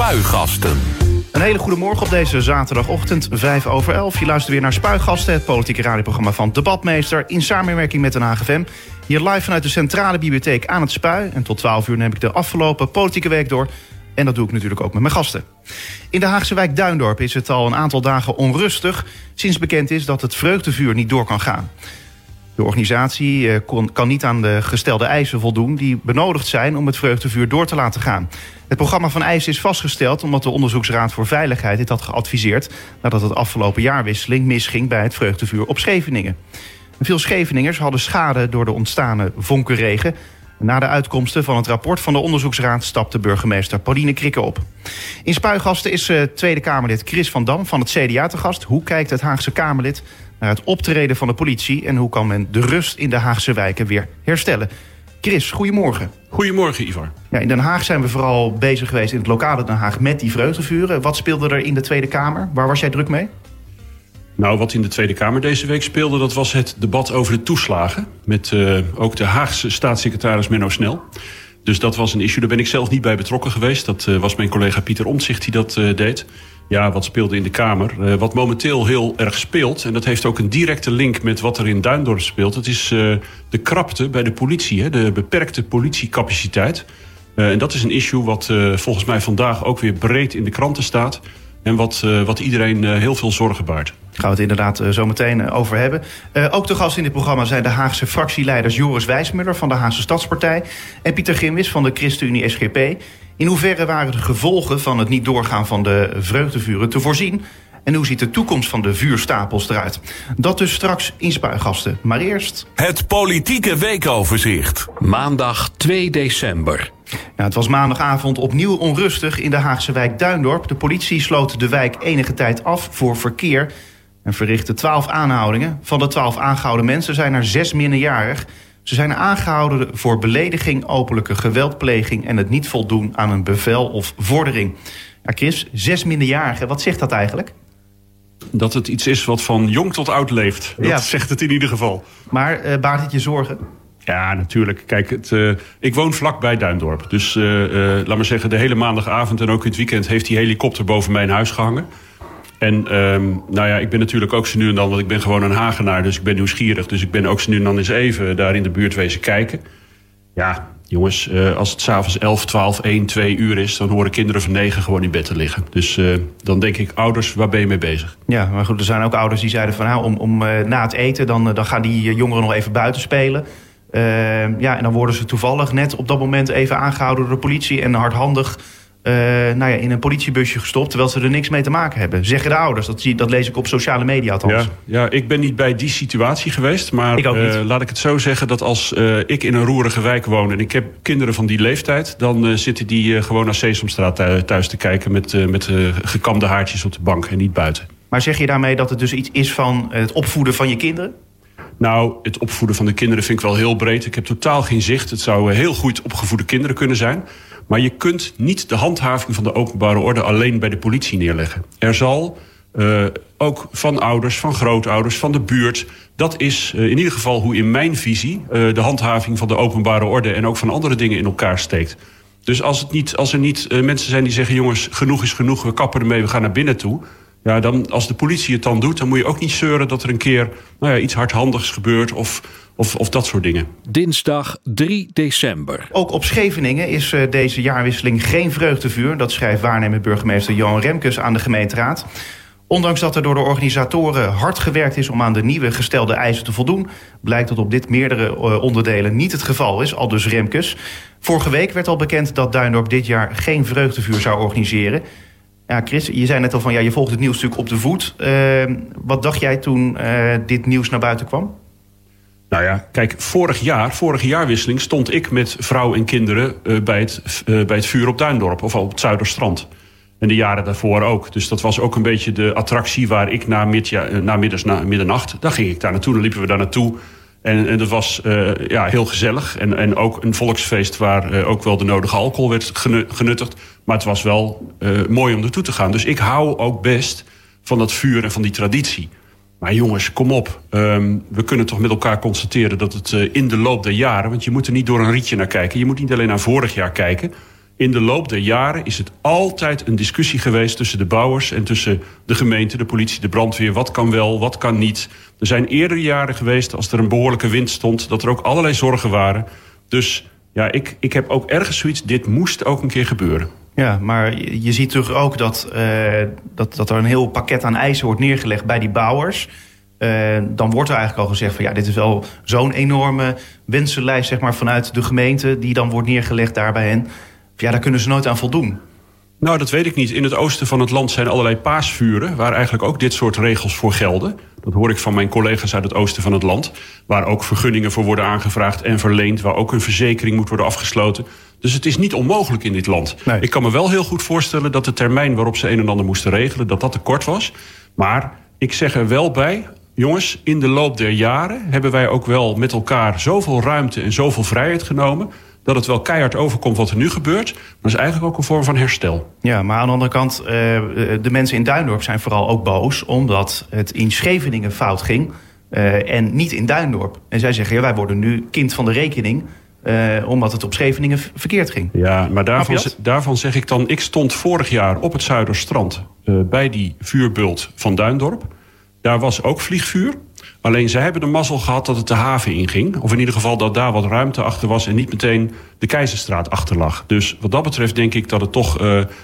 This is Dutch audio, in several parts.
Spuigasten. Een hele goede morgen op deze zaterdagochtend, 11:05. Je luistert weer naar Spuigasten, het politieke radioprogramma van Debatmeester, in samenwerking met Den Haag FM. Hier live vanuit de Centrale Bibliotheek aan het Spui. En tot 12 uur neem ik de afgelopen politieke week door. En dat doe ik natuurlijk ook met mijn gasten. In de Haagse wijk Duindorp is het al een aantal dagen onrustig, sinds bekend is dat het vreugdevuur niet door kan gaan. De organisatie kan niet aan de gestelde eisen voldoen die benodigd zijn om het vreugdevuur door te laten gaan. Het programma van eisen is vastgesteld omdat de Onderzoeksraad voor Veiligheid dit had geadviseerd nadat het afgelopen jaarwisseling misging bij het vreugdevuur op Scheveningen. Veel Scheveningers hadden schade door de ontstane vonkenregen. Na de uitkomsten van het rapport van de Onderzoeksraad stapte burgemeester Pauline Krikke op. In Spuigasten is Tweede Kamerlid Chris van Dam van het CDA te gast. Hoe kijkt het Haagse Kamerlid naar het optreden van de politie en hoe kan men de rust in de Haagse wijken weer herstellen? Chris, goedemorgen. Goedemorgen, Ivar. Ja, in Den Haag zijn we vooral bezig geweest in het lokale Den Haag met die vreugdevuren. Wat speelde er in de Tweede Kamer? Waar was jij druk mee? Nou, wat in de Tweede Kamer deze week speelde, dat was het debat over de toeslagen. Met ook de Haagse staatssecretaris Menno Snel. Dus dat was een issue. Daar ben ik zelf niet bij betrokken geweest. Dat was mijn collega Pieter Omtzigt die dat deed. Ja, wat speelde in de Kamer? Wat momenteel heel erg speelt, en dat heeft ook een directe link met wat er in Duindorp speelt. Het is de krapte bij de politie, de beperkte politiecapaciteit. En dat is een issue wat volgens mij vandaag ook weer breed in de kranten staat. En wat iedereen heel veel zorgen baart. Daar gaan we het inderdaad zo meteen over hebben. Ook te gast in dit programma zijn de Haagse fractieleiders Joris Wijsmuller van de Haagse Stadspartij en Pieter Grimwis van de ChristenUnie SGP. In hoeverre waren de gevolgen van het niet doorgaan van de vreugdevuren te voorzien? En hoe ziet de toekomst van de vuurstapels eruit? Dat dus straks in Spuigasten. Maar eerst het politieke weekoverzicht. Maandag 2 december. Ja, het was maandagavond opnieuw onrustig in de Haagse wijk Duindorp. De politie sloot de wijk enige tijd af voor verkeer en verrichtte 12 aanhoudingen. Van de 12 aangehouden mensen zijn er 6 minderjarig. Ze zijn aangehouden voor belediging, openlijke geweldpleging en het niet voldoen aan een bevel of vordering. Ja, Chris, 6 minderjarigen, wat zegt dat eigenlijk? Dat het iets is wat van jong tot oud leeft. Dat zegt het in ieder geval. Maar baart het je zorgen? Ja, natuurlijk. Kijk, ik woon vlakbij Duindorp. Dus laat maar zeggen, de hele maandagavond en ook in het weekend heeft die helikopter boven mijn huis gehangen. En nou ja, ik ben natuurlijk ook zo nu en dan, want ik ben gewoon een Hagenaar, dus ik ben nieuwsgierig. Dus ik ben ook zo nu en dan eens even daar in de buurt wezen kijken. Ja, jongens, als het 's avonds 11, 12, 1, 2 uur is, dan horen kinderen van 9 gewoon in bed te liggen. Dus dan denk ik, ouders, waar ben je mee bezig? Ja, maar goed, er zijn ook ouders die zeiden van nou, om na het eten, dan gaan die jongeren nog even buiten spelen. Ja, en dan worden ze toevallig net op dat moment even aangehouden door de politie en hardhandig in een politiebusje gestopt, terwijl ze er niks mee te maken hebben. Zeggen de ouders, dat lees ik op sociale media althans. Ja, ik ben niet bij die situatie geweest, maar laat ik het zo zeggen dat als ik in een roerige wijk woon en ik heb kinderen van die leeftijd, dan zitten die gewoon naar Sesamstraat thuis te kijken met gekamde haartjes op de bank en niet buiten. Maar zeg je daarmee dat het dus iets is van het opvoeden van je kinderen? Nou, het opvoeden van de kinderen vind ik wel heel breed. Ik heb totaal geen zicht. Het zou heel goed opgevoede kinderen kunnen zijn. Maar je kunt niet de handhaving van de openbare orde alleen bij de politie neerleggen. Er zal ook van ouders, van grootouders, van de buurt. Dat is in ieder geval hoe in mijn visie de handhaving van de openbare orde en ook van andere dingen in elkaar steekt. Dus als er niet mensen zijn die zeggen, jongens, genoeg is genoeg, we kappen ermee, we gaan naar binnen toe. Ja, dan, als de politie het dan doet, dan moet je ook niet zeuren dat er een keer iets hardhandigs gebeurt of dat soort dingen. Dinsdag 3 december. Ook op Scheveningen is deze jaarwisseling geen vreugdevuur. Dat schrijft waarnemend burgemeester Johan Remkes aan de gemeenteraad. Ondanks dat er door de organisatoren hard gewerkt is om aan de nieuwe gestelde eisen te voldoen, blijkt dat op dit meerdere onderdelen niet het geval is, aldus Remkes. Vorige week werd al bekend dat Duindorp dit jaar geen vreugdevuur zou organiseren. Ja, Chris, je zei net al van je volgt het nieuws natuurlijk op de voet. Wat dacht jij toen dit nieuws naar buiten kwam? Nou ja, kijk, vorige jaarwisseling stond ik met vrouw en kinderen bij het vuur op Duindorp of op het Zuiderstrand. En de jaren daarvoor ook. Dus dat was ook een beetje de attractie waar ik na middernacht, dan ging ik daar naartoe, dan liepen we daar naartoe. En dat was heel gezellig. En ook een volksfeest waar ook wel de nodige alcohol werd genuttigd. Maar het was wel mooi om naartoe te gaan. Dus ik hou ook best van dat vuur en van die traditie. Maar jongens, kom op. We kunnen toch met elkaar constateren dat het in de loop der jaren, want je moet er niet door een rietje naar kijken. Je moet niet alleen naar vorig jaar kijken. In de loop der jaren is het altijd een discussie geweest tussen de bouwers en tussen de gemeente, de politie, de brandweer. Wat kan wel, wat kan niet. Er zijn eerdere jaren geweest, als er een behoorlijke wind stond, dat er ook allerlei zorgen waren. Dus ja, ik heb ook ergens zoiets, dit moest ook een keer gebeuren. Ja, maar je ziet toch ook dat er een heel pakket aan eisen wordt neergelegd bij die bouwers. Dan wordt er eigenlijk al gezegd van ja, dit is wel zo'n enorme wensenlijst, zeg maar, vanuit de gemeente die dan wordt neergelegd daar bij hen. Ja, daar kunnen ze nooit aan voldoen. Nou, dat weet ik niet. In het oosten van het land zijn allerlei paasvuren, waar eigenlijk ook dit soort regels voor gelden. Dat hoor ik van mijn collega's uit het oosten van het land. Waar ook vergunningen voor worden aangevraagd en verleend. Waar ook een verzekering moet worden afgesloten. Dus het is niet onmogelijk in dit land. Nee. Ik kan me wel heel goed voorstellen dat de termijn waarop ze een en ander moesten regelen, dat te kort was. Maar ik zeg er wel bij, jongens, in de loop der jaren hebben wij ook wel met elkaar zoveel ruimte en zoveel vrijheid genomen dat het wel keihard overkomt wat er nu gebeurt. Maar dat is eigenlijk ook een vorm van herstel. Ja, maar aan de andere kant, de mensen in Duindorp zijn vooral ook boos omdat het in Scheveningen fout ging en niet in Duindorp. En zij zeggen, ja, wij worden nu kind van de rekening omdat het op Scheveningen verkeerd ging. Ja, maar daarvan zeg ik dan, ik stond vorig jaar op het Zuiderstrand bij die vuurbult van Duindorp. Daar was ook vliegvuur. Alleen zij hebben de mazzel gehad dat het de haven inging. Of in ieder geval dat daar wat ruimte achter was en niet meteen de Keizerstraat achter lag. Dus wat dat betreft denk ik dat het toch,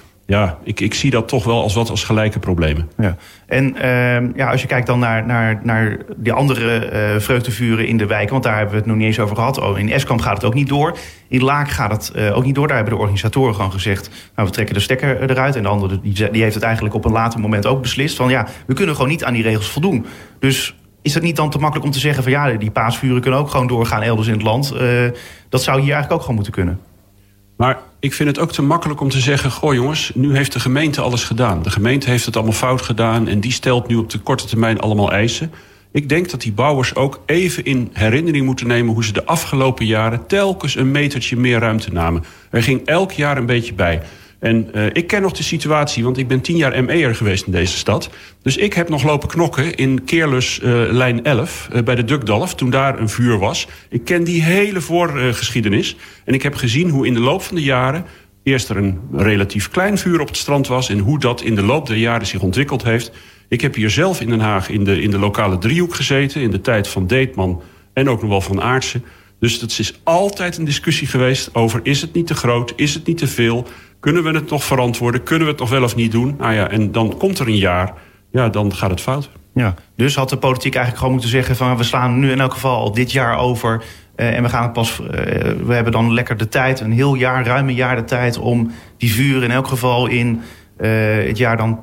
ik zie dat toch wel als gelijke problemen. Ja. En als je kijkt dan naar die andere vreugdevuren in de wijken, want daar hebben we het nog niet eens over gehad. Oh, in Eskamp gaat het ook niet door. In Laak gaat het ook niet door. Daar hebben de organisatoren gewoon gezegd, nou, we trekken de stekker eruit. En de andere die heeft het eigenlijk op een later moment ook beslist van ja, we kunnen gewoon niet aan die regels voldoen. Dus is het niet dan te makkelijk om te zeggen van ja, die paasvuren kunnen ook gewoon doorgaan elders in het land? Dat zou hier eigenlijk ook gewoon moeten kunnen. Maar ik vind het ook te makkelijk om te zeggen, goh jongens, nu heeft de gemeente alles gedaan. De gemeente heeft het allemaal fout gedaan en die stelt nu op de korte termijn allemaal eisen. Ik denk dat die bouwers ook even in herinnering moeten nemen hoe ze de afgelopen jaren telkens een metertje meer ruimte namen. Er ging elk jaar een beetje bij. En ik ken nog de situatie, want ik ben 10 jaar ME'er geweest in deze stad. Dus ik heb nog lopen knokken in Keerlus lijn 11 bij de Dukdalf, toen daar een vuur was. Ik ken die hele voorgeschiedenis. En ik heb gezien hoe in de loop van de jaren eerst er een relatief klein vuur op het strand was en hoe dat in de loop der jaren zich ontwikkeld heeft. Ik heb hier zelf in Den Haag in de lokale driehoek gezeten, in de tijd van Deetman en ook nog wel van Aartsen. Dus dat is altijd een discussie geweest over, is het niet te groot, is het niet te veel? Kunnen we het nog verantwoorden? Kunnen we het nog wel of niet doen? Nou ja, en dan komt er een jaar, ja, dan gaat het fout. Ja, dus had de politiek eigenlijk gewoon moeten zeggen van we slaan nu in elk geval al dit jaar over en we gaan het pas. We hebben dan lekker de tijd, een heel jaar, ruim een jaar de tijd om die vuren in elk geval in het jaar dan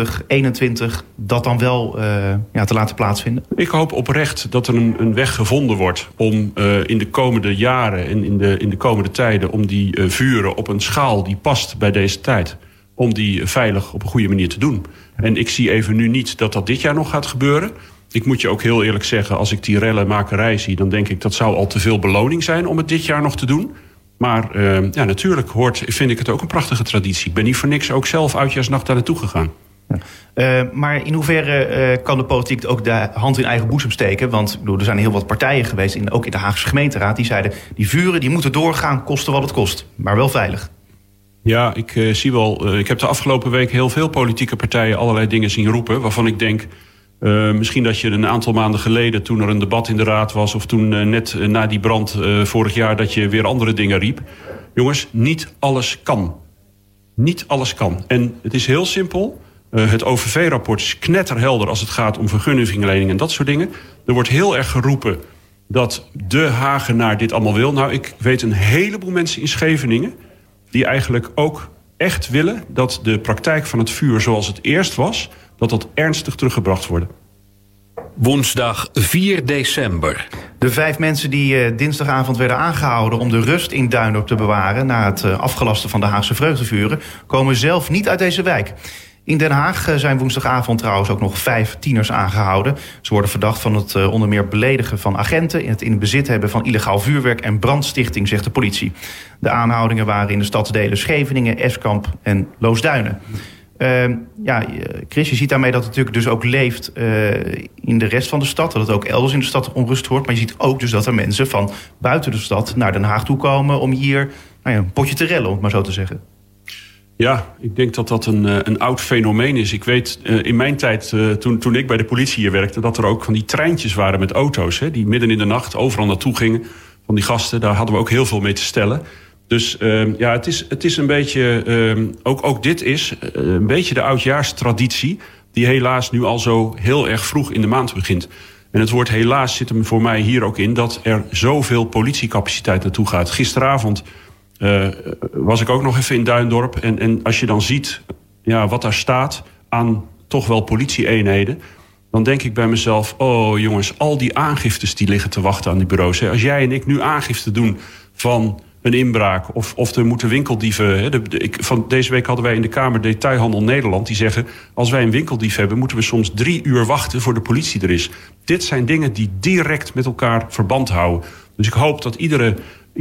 2021 dat dan wel te laten plaatsvinden. Ik hoop oprecht dat er een weg gevonden wordt om in de komende jaren en in de komende tijden om die vuren op een schaal die past bij deze tijd, om die veilig op een goede manier te doen. En ik zie even nu niet dat dit jaar nog gaat gebeuren. Ik moet je ook heel eerlijk zeggen, als ik die rellenmakerij zie, dan denk ik dat zou al te veel beloning zijn om het dit jaar nog te doen. Maar natuurlijk vind ik het ook een prachtige traditie. Ik ben niet voor niks ook zelf oudjaarsnacht daar naartoe gegaan. Ja. Maar in hoeverre kan de politiek ook de hand in eigen boezem steken? Want ik bedoel, er zijn heel wat partijen geweest, ook in de Haagse gemeenteraad, die zeiden die vuren die moeten doorgaan, kosten wat het kost. Maar wel veilig. Ja, ik zie wel. Ik heb de afgelopen week heel veel politieke partijen allerlei dingen zien roepen, waarvan ik denk, misschien dat je een aantal maanden geleden, toen er een debat in de raad was, of toen net na die brand vorig jaar, dat je weer andere dingen riep. Jongens, niet alles kan. Niet alles kan. En het is heel simpel. Het OVV-rapport is knetterhelder als het gaat om vergunningverlening en dat soort dingen. Er wordt heel erg geroepen dat de Hagenaar dit allemaal wil. Nou, ik weet een heleboel mensen in Scheveningen die eigenlijk ook echt willen dat de praktijk van het vuur zoals het eerst was, dat ernstig teruggebracht wordt. Woensdag 4 december. De 5 mensen die dinsdagavond werden aangehouden om de rust in Duindorp te bewaren na het afgelasten van de Haagse vreugdevuren, komen zelf niet uit deze wijk. In Den Haag zijn woensdagavond trouwens ook nog 5 tieners aangehouden. Ze worden verdacht van het onder meer beledigen van agenten, het in bezit hebben van illegaal vuurwerk en brandstichting, zegt de politie. De aanhoudingen waren in de stadsdelen Scheveningen, Eskamp en Loosduinen. Chris, je ziet daarmee dat het natuurlijk dus ook leeft in de rest van de stad. Dat het ook elders in de stad onrust wordt. Maar je ziet ook dus dat er mensen van buiten de stad naar Den Haag toe komen om hier een potje te rellen, om het maar zo te zeggen. Ja, ik denk dat dat een oud fenomeen is. Ik weet in mijn tijd, toen ik bij de politie hier werkte, dat er ook van die treintjes waren met auto's, die midden in de nacht overal naartoe gingen. Van die gasten, daar hadden we ook heel veel mee te stellen. Dus het is een beetje, ook dit is een beetje de oudjaarstraditie, die helaas nu al zo heel erg vroeg in de maand begint. En het woord helaas zit hem voor mij hier ook in dat er zoveel politiecapaciteit naartoe gaat. Gisteravond was ik ook nog even in Duindorp. En als je dan ziet wat daar staat aan toch wel politie-eenheden, dan denk ik bij mezelf, oh jongens, al die aangiftes die liggen te wachten aan die bureaus. Als jij en ik nu aangifte doen van een inbraak of er moeten winkeldieven. Van deze week hadden wij in de Kamer Detailhandel Nederland, die zeggen, als wij een winkeldief hebben, moeten we soms 3 uur wachten voor de politie er is. Dit zijn dingen die direct met elkaar verband houden. Dus ik hoop dat iedere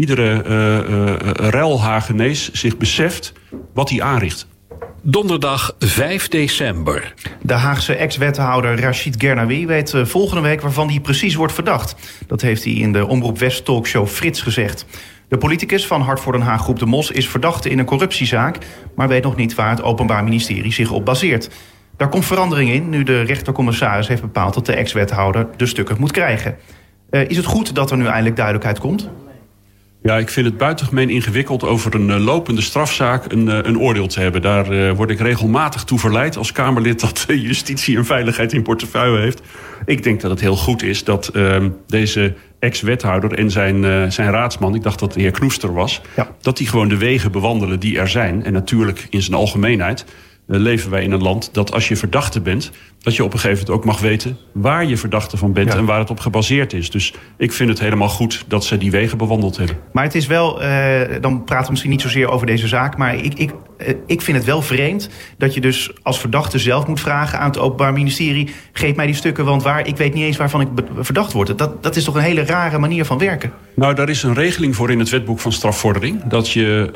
ruilhagenees zich beseft wat hij aanricht. Donderdag 5 december. De Haagse ex-wethouder Rachid Gernawi weet volgende week waarvan hij precies wordt verdacht. Dat heeft hij in de Omroep West talkshow Frits gezegd. De politicus van Hart voor Den Haag Groep de Mos is verdachte in een corruptiezaak, maar weet nog niet waar het Openbaar Ministerie zich op baseert. Daar komt verandering in nu de rechtercommissaris heeft bepaald dat de ex-wethouder de stukken moet krijgen. Is het goed dat er nu eindelijk duidelijkheid komt? Ja, ik vind het buitengemeen ingewikkeld over een lopende strafzaak een oordeel te hebben. Daar word ik regelmatig toe verleid als Kamerlid dat justitie en veiligheid in portefeuille heeft. Ik denk dat het heel goed is dat deze ex-wethouder en zijn raadsman, ik dacht dat de heer Knoester was, dat die gewoon de wegen bewandelen die er zijn. En natuurlijk in zijn algemeenheid leven wij in een land dat als je verdachte bent, dat je op een gegeven moment ook mag weten waar je verdachte van bent en waar het op gebaseerd is. Dus ik vind het helemaal goed dat ze die wegen bewandeld hebben. Maar het is wel, dan praten we misschien niet zozeer over deze zaak, maar ik vind het wel vreemd dat je dus als verdachte zelf moet vragen aan het Openbaar Ministerie, geef mij die stukken, want ik weet niet eens waarvan ik verdacht word. Dat is toch een hele rare manier van werken? Nou, daar is een regeling voor in het wetboek van strafvordering. Dat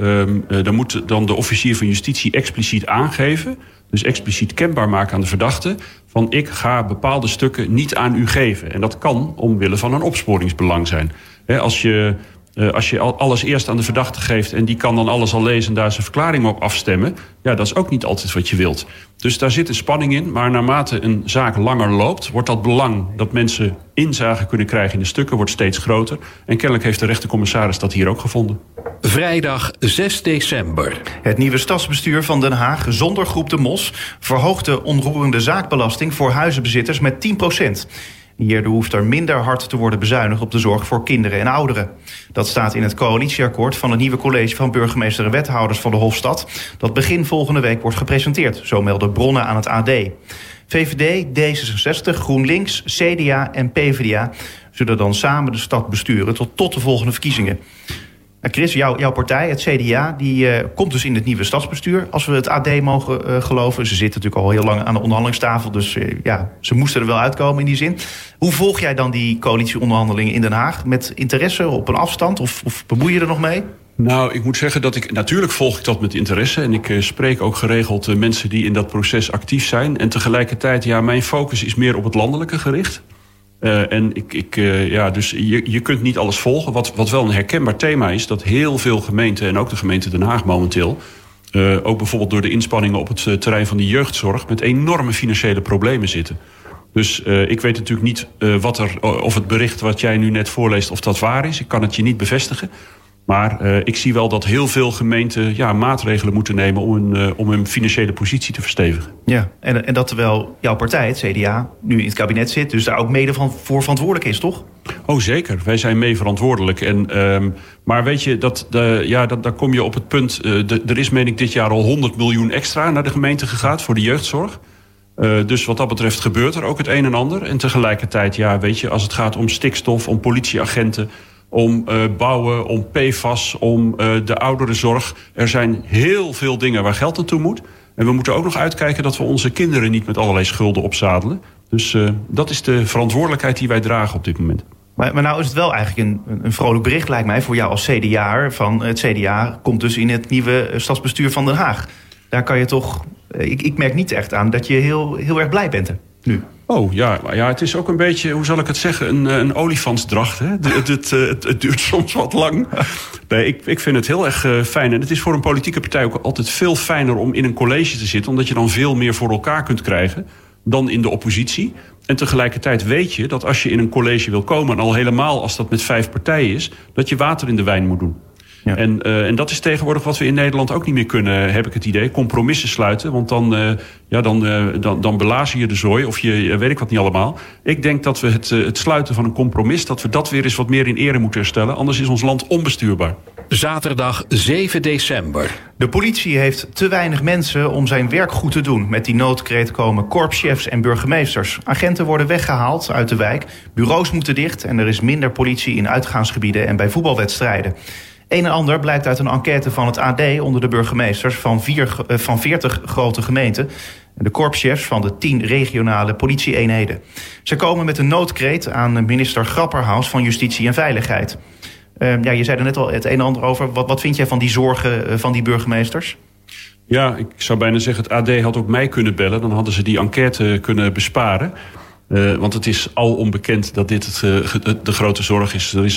dan moet dan de officier van justitie expliciet aangeven, dus expliciet kenbaar maken aan de verdachte, van ik ga bepaalde stukken niet aan u geven. En dat kan omwille van een opsporingsbelang zijn. Als je alles eerst aan de verdachte geeft en die kan dan alles al lezen en daar zijn verklaring op afstemmen, dat is ook niet altijd wat je wilt. Dus daar zit een spanning in, maar naarmate een zaak langer loopt, wordt dat belang dat mensen inzage kunnen krijgen in de stukken wordt steeds groter. En kennelijk heeft de rechtercommissaris dat hier ook gevonden. Vrijdag 6 december. Het nieuwe stadsbestuur van Den Haag zonder Groep de Mos verhoogt de onroerende zaakbelasting voor huizenbezitters met 10%. Hierdoor hoeft er minder hard te worden bezuinigd op de zorg voor kinderen en ouderen. Dat staat in het coalitieakkoord van het nieuwe college van burgemeester en wethouders van de Hofstad, dat begin volgende week wordt gepresenteerd, zo melden bronnen aan het AD. VVD, D66, GroenLinks, CDA en PvdA zullen dan samen de stad besturen tot de volgende verkiezingen. Chris, jouw partij, het CDA, die komt dus in het nieuwe stadsbestuur, als we het AD mogen geloven. Ze zitten natuurlijk al heel lang aan de onderhandelingstafel, dus ze moesten er wel uitkomen in die zin. Hoe volg jij dan die coalitieonderhandelingen in Den Haag? Met interesse, op een afstand, of bemoei je er nog mee? Nou, ik moet zeggen dat natuurlijk volg ik dat met interesse. En ik spreek ook geregeld mensen die in dat proces actief zijn. En tegelijkertijd, mijn focus is meer op het landelijke gericht. Dus je kunt niet alles volgen. Wat wel een herkenbaar thema is, dat heel veel gemeenten, en ook de gemeente Den Haag momenteel, ook bijvoorbeeld door de inspanningen op het terrein van de jeugdzorg, met enorme financiële problemen zitten. Dus ik weet natuurlijk niet of het bericht wat jij nu net voorleest, of dat waar is. Ik kan het je niet bevestigen. Maar ik zie wel dat heel veel gemeenten maatregelen moeten nemen om hun financiële positie te verstevigen. Ja, en dat terwijl jouw partij, het CDA, nu in het kabinet zit, dus daar ook mede voor verantwoordelijk is, toch? Oh, zeker. Wij zijn mee verantwoordelijk. Maar weet je, daar kom je op het punt. Er is, meen ik, dit jaar al 100 miljoen extra naar de gemeente gegaan voor de jeugdzorg. Dus wat dat betreft gebeurt er ook het een en ander. En tegelijkertijd, weet je, als het gaat om stikstof, om politieagenten, om bouwen, om PFAS, om de ouderenzorg. Er zijn heel veel dingen waar geld naartoe moet. En we moeten ook nog uitkijken dat we onze kinderen niet met allerlei schulden opzadelen. Dus dat is de verantwoordelijkheid die wij dragen op dit moment. Maar nou is het wel eigenlijk een vrolijk bericht, lijkt mij, voor jou als CDA'er. Van het CDA komt dus in het nieuwe stadsbestuur van Den Haag. Daar kan je toch, ik merk niet echt aan dat je heel erg blij bent nu. Oh, ja, het is ook een beetje, hoe zal ik het zeggen, een olifantsdracht. Hè? Het duurt soms wat lang. Nee, ik vind het heel erg fijn. En het is voor een politieke partij ook altijd veel fijner om in een college te zitten, omdat je dan veel meer voor elkaar kunt krijgen dan in de oppositie. En tegelijkertijd weet je dat als je in een college wil komen, en al helemaal als dat met 5 partijen is, dat je water in de wijn moet doen. Ja. En dat is tegenwoordig wat we in Nederland ook niet meer kunnen, heb ik het idee. Compromissen sluiten, want dan belazen je de zooi. Of je weet ik wat niet allemaal. Ik denk dat we het sluiten van een compromis, dat we dat weer eens wat meer in ere moeten herstellen. Anders is ons land onbestuurbaar. Zaterdag 7 december. De politie heeft te weinig mensen om zijn werk goed te doen. Met die noodkreet komen korpschefs en burgemeesters. Agenten worden weggehaald uit de wijk. Bureaus moeten dicht en er is minder politie in uitgaansgebieden en bij voetbalwedstrijden. Een en ander blijkt uit een enquête van het AD onder de burgemeesters van 40 grote gemeenten. De korpschefs van de 10 regionale politie-eenheden. Ze komen met een noodkreet aan minister Grapperhaus van Justitie en Veiligheid. Je zei er net al het een en ander over. Wat vind jij van die zorgen van die burgemeesters? Ja, ik zou bijna zeggen, het AD had ook mij kunnen bellen. Dan hadden ze die enquête kunnen besparen. Want het is al onbekend dat dit de grote zorg is. Er is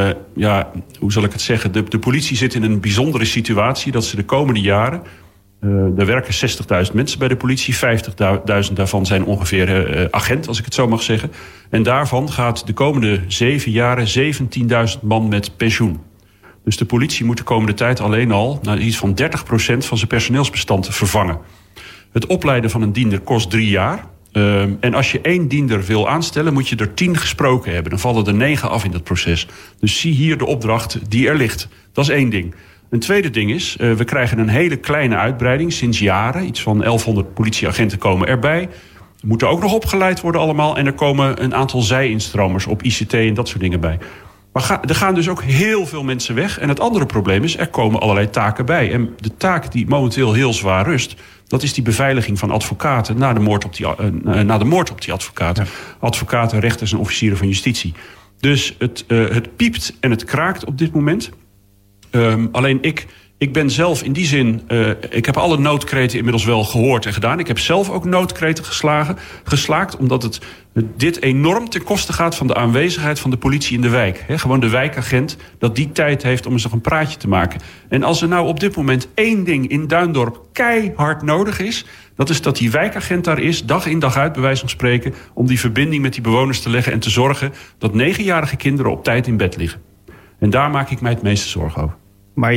hoe zal ik het zeggen? De politie zit in een bijzondere situatie dat ze de komende jaren, er werken 60.000 mensen bij de politie. 50.000 daarvan zijn ongeveer agent, als ik het zo mag zeggen. En daarvan gaat de komende 7 jaren 17.000 man met pensioen. Dus de politie moet de komende tijd alleen al iets van 30% van zijn personeelsbestand vervangen. Het opleiden van een diender kost 3 jaar. En als je 1 diender wil aanstellen, moet je er 10 gesproken hebben. Dan vallen er 9 af in dat proces. Dus zie hier de opdracht die er ligt. Dat is 1 ding. Een tweede ding is, we krijgen een hele kleine uitbreiding sinds jaren. Iets van 1100 politieagenten komen erbij. Moeten ook nog opgeleid worden allemaal. En er komen een aantal zij-instromers op ICT en dat soort dingen bij. Maar er gaan dus ook heel veel mensen weg. En het andere probleem is, er komen allerlei taken bij. En de taak die momenteel heel zwaar rust, dat is die beveiliging van advocaten na de moord op die advocaten. Ja. Advocaten, rechters en officieren van justitie. Dus het piept en het kraakt op dit moment. Alleen ik ben zelf in die zin, ik heb alle noodkreten inmiddels wel gehoord en gedaan. Ik heb zelf ook noodkreten geslaakt, omdat dit enorm ten koste gaat van de aanwezigheid van de politie in de wijk. Gewoon de wijkagent, dat die tijd heeft om eens nog een praatje te maken. En als er nou op dit moment 1 ding in Duindorp keihard nodig is, dat is dat die wijkagent daar is, dag in dag uit bij wijze van spreken, om die verbinding met die bewoners te leggen en te zorgen dat 9-jarige kinderen op tijd in bed liggen. En daar maak ik mij het meeste zorgen over. Maar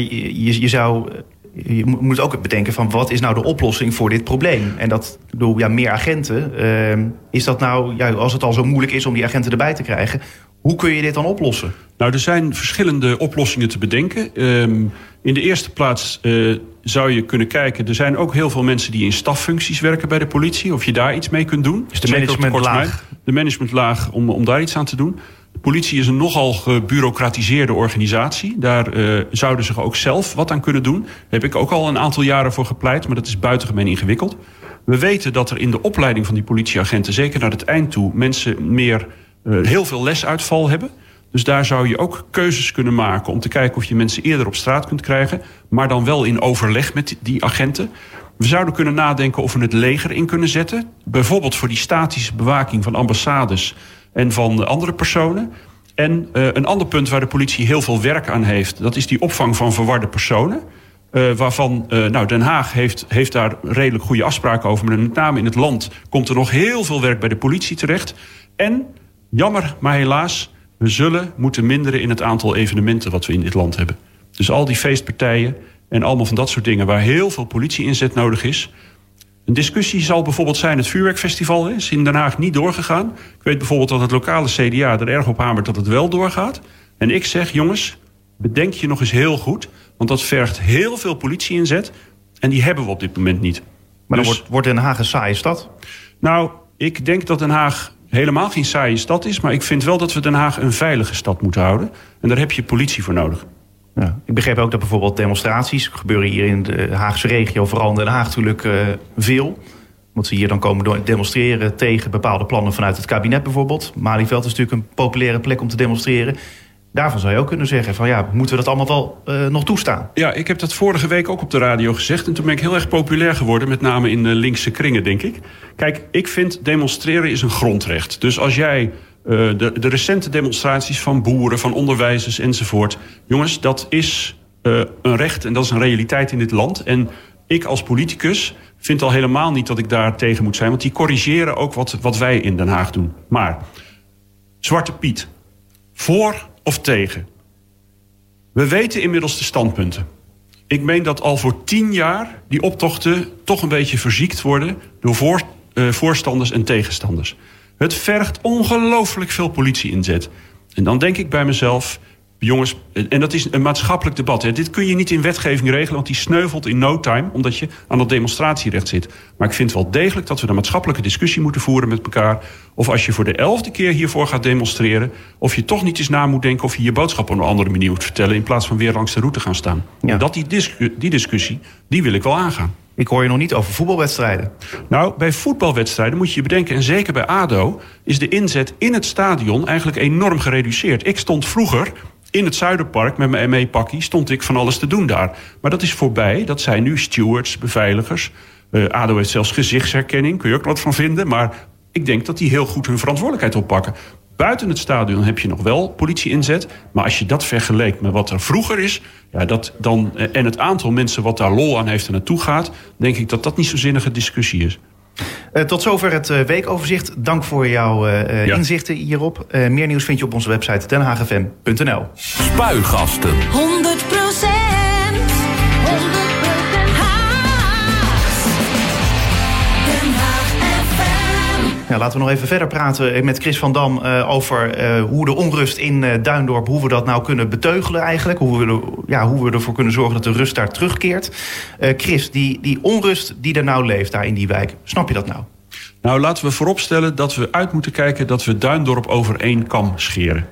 je moet ook bedenken van wat is nou de oplossing voor dit probleem? En dat door meer agenten, is dat nou, als het al zo moeilijk is om die agenten erbij te krijgen, hoe kun je dit dan oplossen? Nou, er zijn verschillende oplossingen te bedenken. In de eerste plaats zou je kunnen kijken, er zijn ook heel veel mensen die in staffuncties werken bij de politie. Of je daar iets mee kunt doen. Dus de managementlaag. De managementlaag om daar iets aan te doen. De politie is een nogal gebureaucratiseerde organisatie. Daar zouden ze ook zelf wat aan kunnen doen. Daar heb ik ook al een aantal jaren voor gepleit, maar dat is buitengemeen ingewikkeld. We weten dat er in de opleiding van die politieagenten, zeker naar het eind toe, mensen heel veel lesuitval hebben. Dus daar zou je ook keuzes kunnen maken om te kijken of je mensen eerder op straat kunt krijgen, maar dan wel in overleg met die agenten. We zouden kunnen nadenken of we het leger in kunnen zetten. Bijvoorbeeld voor die statische bewaking van ambassades en van andere personen. En een ander punt waar de politie heel veel werk aan heeft, dat is die opvang van verwarde personen. Waarvan Den Haag heeft daar redelijk goede afspraken over. Maar met name in het land komt er nog heel veel werk bij de politie terecht. En, jammer, maar helaas, we zullen moeten minderen in het aantal evenementen wat we in dit land hebben. Dus al die feestpartijen en allemaal van dat soort dingen waar heel veel politie-inzet nodig is. Een discussie zal bijvoorbeeld zijn, het vuurwerkfestival is in Den Haag niet doorgegaan. Ik weet bijvoorbeeld dat het lokale CDA er erg op hamert dat het wel doorgaat. En ik zeg, jongens, bedenk je nog eens heel goed, want dat vergt heel veel politie-inzet en die hebben we op dit moment niet. Maar dan wordt Den Haag een saaie stad? Nou, ik denk dat Den Haag helemaal geen saaie stad is, maar ik vind wel dat we Den Haag een veilige stad moeten houden. En daar heb je politie voor nodig. Ja, ik begreep ook dat bijvoorbeeld demonstraties gebeuren hier in de Haagse regio, vooral in Den Haag natuurlijk veel. Want ze hier dan komen demonstreren tegen bepaalde plannen vanuit het kabinet bijvoorbeeld. Malieveld is natuurlijk een populaire plek om te demonstreren. Daarvan zou je ook kunnen zeggen van moeten we dat allemaal wel nog toestaan? Ja, ik heb dat vorige week ook op de radio gezegd. En toen ben ik heel erg populair geworden, met name in de linkse kringen, denk ik. Kijk, ik vind demonstreren is een grondrecht. Dus als jij de recente demonstraties van boeren, van onderwijzers enzovoort, jongens, dat is een recht en dat is een realiteit in dit land. En ik als politicus vind al helemaal niet dat ik daar tegen moet zijn, want die corrigeren ook wat wij in Den Haag doen. Maar Zwarte Piet, voor of tegen? We weten inmiddels de standpunten. Ik meen dat al voor 10 jaar die optochten toch een beetje verziekt worden door voorstanders en tegenstanders. Het vergt ongelooflijk veel politie-inzet. En dan denk ik bij mezelf, jongens, en dat is een maatschappelijk debat. Hè. Dit kun je niet in wetgeving regelen, want die sneuvelt in no time, omdat je aan dat demonstratierecht zit. Maar ik vind wel degelijk dat we een maatschappelijke discussie moeten voeren met elkaar. Of als je voor de 11e keer hiervoor gaat demonstreren, of je toch niet eens na moet denken of je je boodschap op een andere manier moet vertellen, in plaats van weer langs de route gaan staan. Ja. Die discussie, die wil ik wel aangaan. Ik hoor je nog niet over voetbalwedstrijden. Nou, bij voetbalwedstrijden moet je je bedenken, en zeker bij ADO, is de inzet in het stadion eigenlijk enorm gereduceerd. Ik stond vroeger in het Zuiderpark met mijn ME-pakkie, stond ik van alles te doen daar. Maar dat is voorbij. Dat zijn nu stewards, beveiligers. ADO heeft zelfs gezichtsherkenning, kun je ook wat van vinden. Maar ik denk dat die heel goed hun verantwoordelijkheid oppakken. Buiten het stadion heb je nog wel politie-inzet. Maar als je dat vergelijkt met wat er vroeger is, en het aantal mensen wat daar lol aan heeft en naartoe gaat, denk ik dat dat niet zo'n zinnige discussie is. Tot zover het weekoverzicht. Dank voor jouw inzichten hierop. Meer nieuws vind je op onze website denhaagfm.nl. Spuigasten. 100% Haags. Den Haag FM. Ja, laten we nog even verder praten met Chris van Dam over hoe de onrust in Duindorp, hoe we dat nou kunnen beteugelen eigenlijk. Hoe we ervoor kunnen zorgen dat de rust daar terugkeert. Chris, die onrust die er nou leeft daar in die wijk, snap je dat nou? Nou, laten we vooropstellen dat we uit moeten kijken dat we Duindorp over één kam scheren.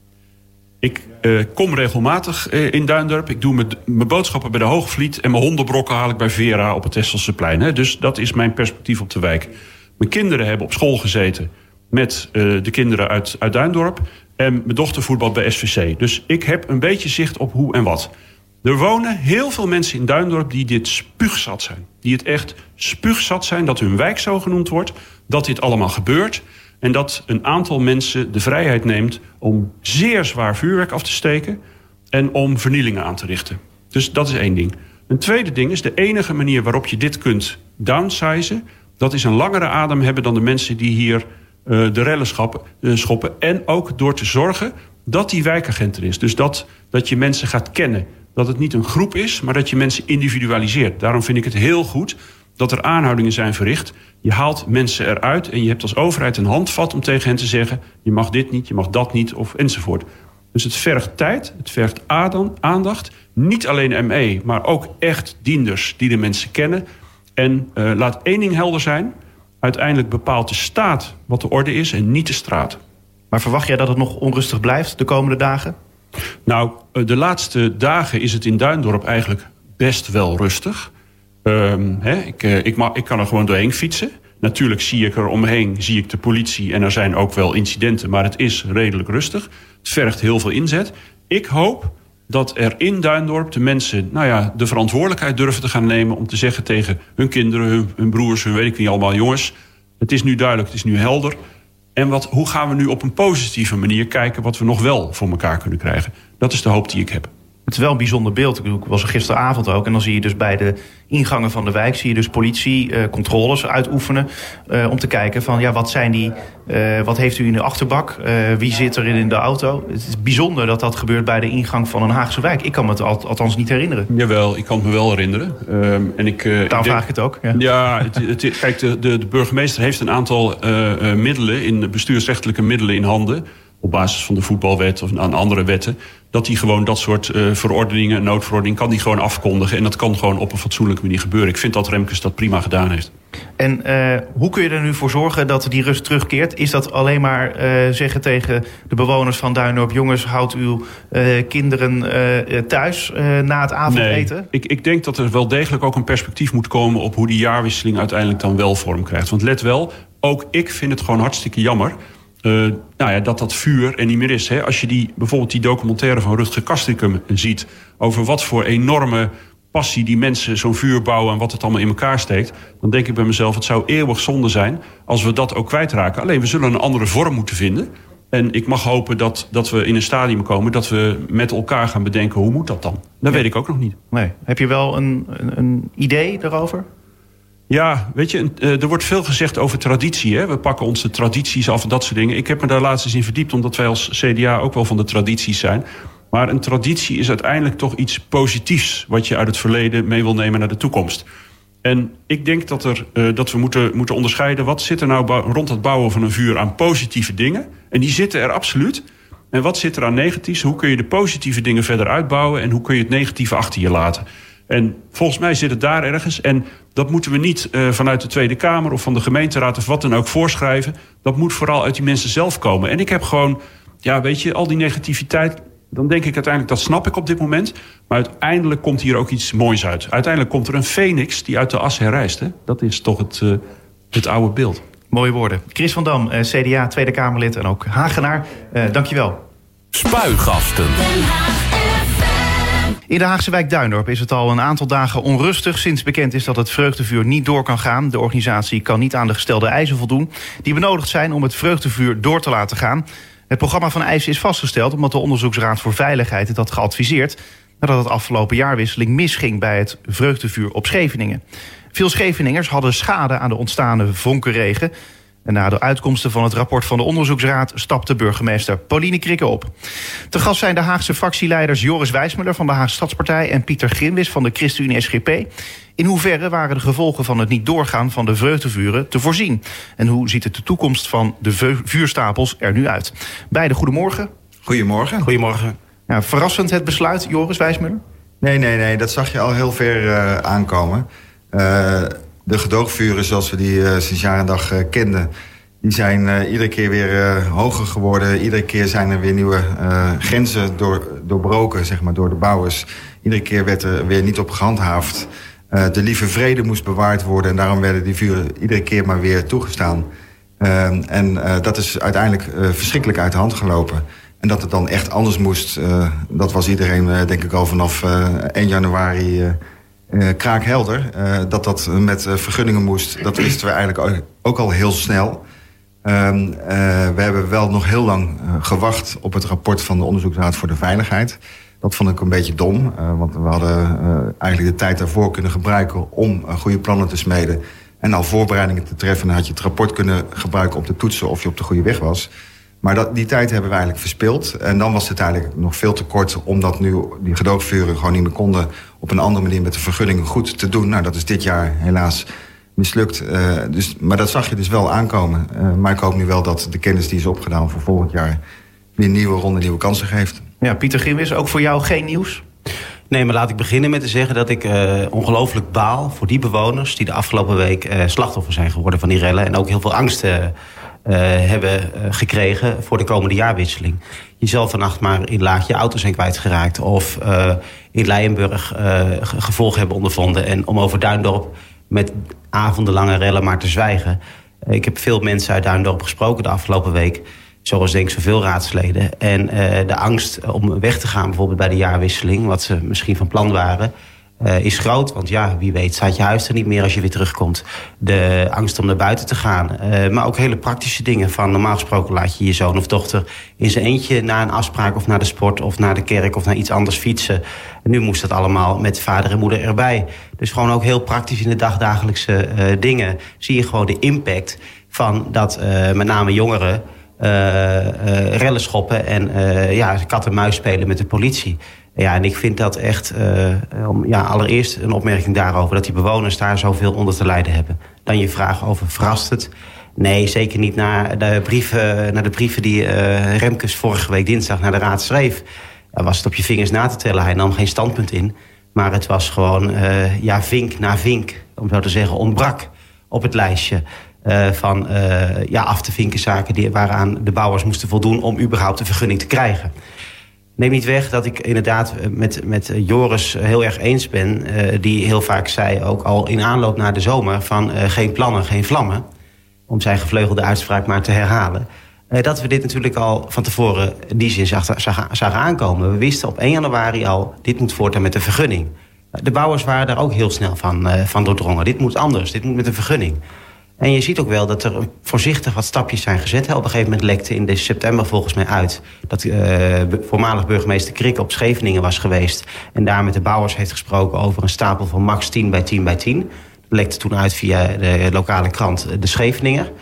Ik kom regelmatig in Duindorp. Ik doe mijn boodschappen bij de Hoogvliet en mijn hondenbrokken haal ik bij Vera op het Tesselseplein. Hè. Dus dat is mijn perspectief op de wijk. Mijn kinderen hebben op school gezeten met de kinderen uit Duindorp. En mijn dochter voetbalt bij SVC. Dus ik heb een beetje zicht op hoe en wat. Er wonen heel veel mensen in Duindorp die dit spuugzat zijn. Die het echt spuugzat zijn dat hun wijk zo genoemd wordt. Dat dit allemaal gebeurt. En dat een aantal mensen de vrijheid neemt om zeer zwaar vuurwerk af te steken. En om vernielingen aan te richten. Dus dat is één ding. Een tweede ding is de enige manier waarop je dit kunt downsizen. Dat is een langere adem hebben dan de mensen die hier de rellen schoppen. En ook door te zorgen dat die wijkagent er is. Dus dat je mensen gaat kennen. Dat het niet een groep is, maar dat je mensen individualiseert. Daarom vind ik het heel goed dat er aanhoudingen zijn verricht. Je haalt mensen eruit en je hebt als overheid een handvat om tegen hen te zeggen, je mag dit niet, je mag dat niet, of enzovoort. Dus het vergt tijd, het vergt aandacht. Niet alleen ME, maar ook echt dienders die de mensen kennen. En laat één ding helder zijn. Uiteindelijk bepaalt de staat wat de orde is en niet de straat. Maar verwacht jij dat het nog onrustig blijft de komende dagen? Nou, de laatste dagen is het in Duindorp eigenlijk best wel rustig. Ik kan er gewoon doorheen fietsen. Natuurlijk zie ik er omheen de politie en er zijn ook wel incidenten. Maar het is redelijk rustig. Het vergt heel veel inzet. Ik hoop dat er in Duindorp de mensen de verantwoordelijkheid durven te gaan nemen om te zeggen tegen hun kinderen, hun broers, hun weet ik niet allemaal, jongens, het is nu duidelijk, het is nu helder. En hoe gaan we nu op een positieve manier kijken wat we nog wel voor elkaar kunnen krijgen? Dat is de hoop die ik heb. Het is wel een bijzonder beeld. Ik was er gisteravond ook. En dan zie je dus bij de ingangen van de wijk, zie je dus politie controles uitoefenen. Om te kijken van wat heeft u in de achterbak? Wie zit er in de auto? Het is bijzonder dat dat gebeurt bij de ingang van een Haagse wijk. Ik kan me het althans niet herinneren. Jawel, ik kan het me wel herinneren. Daarom vraag ik het ook. Kijk, de burgemeester heeft een aantal middelen, bestuursrechtelijke middelen in handen, op basis van de voetbalwet of aan andere wetten, dat hij gewoon dat soort verordeningen, noodverordening, kan die gewoon afkondigen. En dat kan gewoon op een fatsoenlijke manier gebeuren. Ik vind dat Remkes dat prima gedaan heeft. En hoe kun je er nu voor zorgen dat die rust terugkeert? Is dat alleen maar zeggen tegen de bewoners van Duindorp, jongens, houd uw kinderen thuis na het avondeten? Nee, ik denk dat er wel degelijk ook een perspectief moet komen op hoe die jaarwisseling uiteindelijk dan wel vorm krijgt. Want let wel, ook ik vind het gewoon hartstikke jammer dat vuur er niet meer is. Hè. Als je bijvoorbeeld die documentaire van Rutger Kastrikum ziet over wat voor enorme passie die mensen zo'n vuur bouwen en wat het allemaal in elkaar steekt, dan denk ik bij mezelf, het zou eeuwig zonde zijn als we dat ook kwijtraken. Alleen we zullen een andere vorm moeten vinden. En ik mag hopen dat we in een stadium komen dat we met elkaar gaan bedenken, hoe moet dat dan? Dat weet ik ook nog niet. Nee. Heb je wel een idee daarover? Ja, weet je, er wordt veel gezegd over traditie. Hè? We pakken ons de tradities af en dat soort dingen. Ik heb me daar laatst eens in verdiept, omdat wij als CDA ook wel van de tradities zijn. Maar een traditie is uiteindelijk toch iets positiefs, wat je uit het verleden mee wil nemen naar de toekomst. En ik denk dat we moeten onderscheiden, wat zit er nou rond het bouwen van een vuur aan positieve dingen? En die zitten er absoluut. En wat zit er aan negatiefs? Hoe kun je de positieve dingen verder uitbouwen en hoe kun je het negatieve achter je laten? En volgens mij zit het daar ergens. En dat moeten we niet vanuit de Tweede Kamer of van de gemeenteraad of wat dan ook voorschrijven. Dat moet vooral uit die mensen zelf komen. En ik heb gewoon, al die negativiteit, dan denk ik uiteindelijk, dat snap ik op dit moment. Maar uiteindelijk komt hier ook iets moois uit. Uiteindelijk komt er een phoenix die uit de as herrijst. Hè? Dat is toch het oude beeld. Mooie woorden. Chris van Dam, CDA, Tweede Kamerlid en ook Hagenaar. Dankjewel. Spuigasten. In de Haagse wijk Duindorp is het al een aantal dagen onrustig sinds bekend is dat het vreugdevuur niet door kan gaan. De organisatie kan niet aan de gestelde eisen voldoen die benodigd zijn om het vreugdevuur door te laten gaan. Het programma van eisen is vastgesteld omdat de Onderzoeksraad voor Veiligheid het had geadviseerd nadat het afgelopen jaarwisseling misging bij het vreugdevuur op Scheveningen. Veel Scheveningers hadden schade aan de ontstaande vonkenregen. En na de uitkomsten van het rapport van de Onderzoeksraad stapte burgemeester Pauline Krikke op. Te gast zijn de Haagse fractieleiders Joris Wijsmuller van de Haagse Stadspartij en Pieter Grimwis van de ChristenUnie SGP. In hoeverre waren de gevolgen van het niet doorgaan van de vreugdevuren te voorzien? En hoe ziet het de toekomst van de vuurstapels er nu uit? Beide goedemorgen. Goedemorgen. Goedemorgen. Ja, verrassend het besluit, Joris Wijsmuller? Nee, dat zag je al heel ver aankomen. De gedoogvuren zoals we die sinds jaar en dag kenden, die zijn iedere keer weer hoger geworden. Iedere keer zijn er weer nieuwe grenzen doorbroken, zeg maar, door de bouwers. Iedere keer werd er weer niet op gehandhaafd. De lieve vrede moest bewaard worden en daarom werden die vuren iedere keer maar weer toegestaan. Dat is uiteindelijk verschrikkelijk uit de hand gelopen. En dat het dan echt anders moest, dat was iedereen denk ik al vanaf 1 januari... kraakhelder. Dat met vergunningen moest, dat wisten we eigenlijk ook al heel snel. We hebben wel nog heel lang gewacht op het rapport van de Onderzoeksraad voor de Veiligheid. Dat vond ik een beetje dom, want we hadden eigenlijk de tijd daarvoor kunnen gebruiken om goede plannen te smeden en al voorbereidingen te treffen. Dan had je het rapport kunnen gebruiken om te toetsen of je op de goede weg was. Maar die tijd hebben we eigenlijk verspild. En dan was het eigenlijk nog veel te kort, omdat nu die gedoogvuren gewoon niet meer konden op een andere manier met de vergunningen goed te doen. Nou, dat is dit jaar helaas mislukt. Maar dat zag je dus wel aankomen. Maar ik hoop nu wel dat de kennis die is opgedaan voor volgend jaar weer een nieuwe ronde, nieuwe kansen geeft. Ja, Pieter Grimwis, ook voor jou geen nieuws? Nee, maar laat ik beginnen met te zeggen dat ik ongelooflijk baal voor die bewoners die de afgelopen week slachtoffer zijn geworden van die rellen en ook heel veel angst hebben gekregen voor de komende jaarwisseling. Je zal vannacht maar in Laag je auto zijn kwijtgeraakt of in Leijenburg gevolgen hebben ondervonden. En om over Duindorp met avondenlange rellen maar te zwijgen. Ik heb veel mensen uit Duindorp gesproken de afgelopen week, zoals denk ik zoveel raadsleden. En de angst om weg te gaan bijvoorbeeld bij de jaarwisseling, wat ze misschien van plan waren, is groot. Want ja, wie weet staat je huis er niet meer als je weer terugkomt. De angst om naar buiten te gaan. Maar ook hele praktische dingen. Van normaal gesproken laat je je zoon of dochter in zijn eentje naar een afspraak of naar de sport of naar de kerk of naar iets anders fietsen. En nu moest dat allemaal met vader en moeder erbij. Dus gewoon ook heel praktisch in de dagdagelijkse dingen zie je gewoon de impact van dat met name jongeren rellen schoppen en kat en muis spelen met de politie. Ja, en ik vind dat echt, allereerst een opmerking daarover, dat die bewoners daar zoveel onder te lijden hebben. Dan je vraag over, verrast het? Nee, zeker niet naar de brieven die Remkes vorige week dinsdag naar de raad schreef. Was het op je vingers na te tellen. Hij nam geen standpunt in. Maar het was gewoon, vink na vink, om zo te zeggen, ontbrak op het lijstje. Van af te vinken zaken waaraan de bouwers moesten voldoen om überhaupt een vergunning te krijgen. Neem niet weg dat ik inderdaad met Joris heel erg eens ben. Die heel vaak zei, ook al in aanloop naar de zomer, van geen plannen, geen vlammen. Om zijn gevleugelde uitspraak maar te herhalen. dat we dit natuurlijk al van tevoren in die zin zagen aankomen. We wisten op 1 januari al, dit moet voortaan met een vergunning. De bouwers waren daar ook heel snel van doordrongen. Dit moet anders, dit moet met een vergunning. En je ziet ook wel dat er voorzichtig wat stapjes zijn gezet. Op een gegeven moment lekte in september volgens mij uit dat voormalig burgemeester Krikke op Scheveningen was geweest en daar met de bouwers heeft gesproken over een stapel van max 10 bij 10 bij 10. Dat lekte toen uit via de lokale krant De Scheveninger.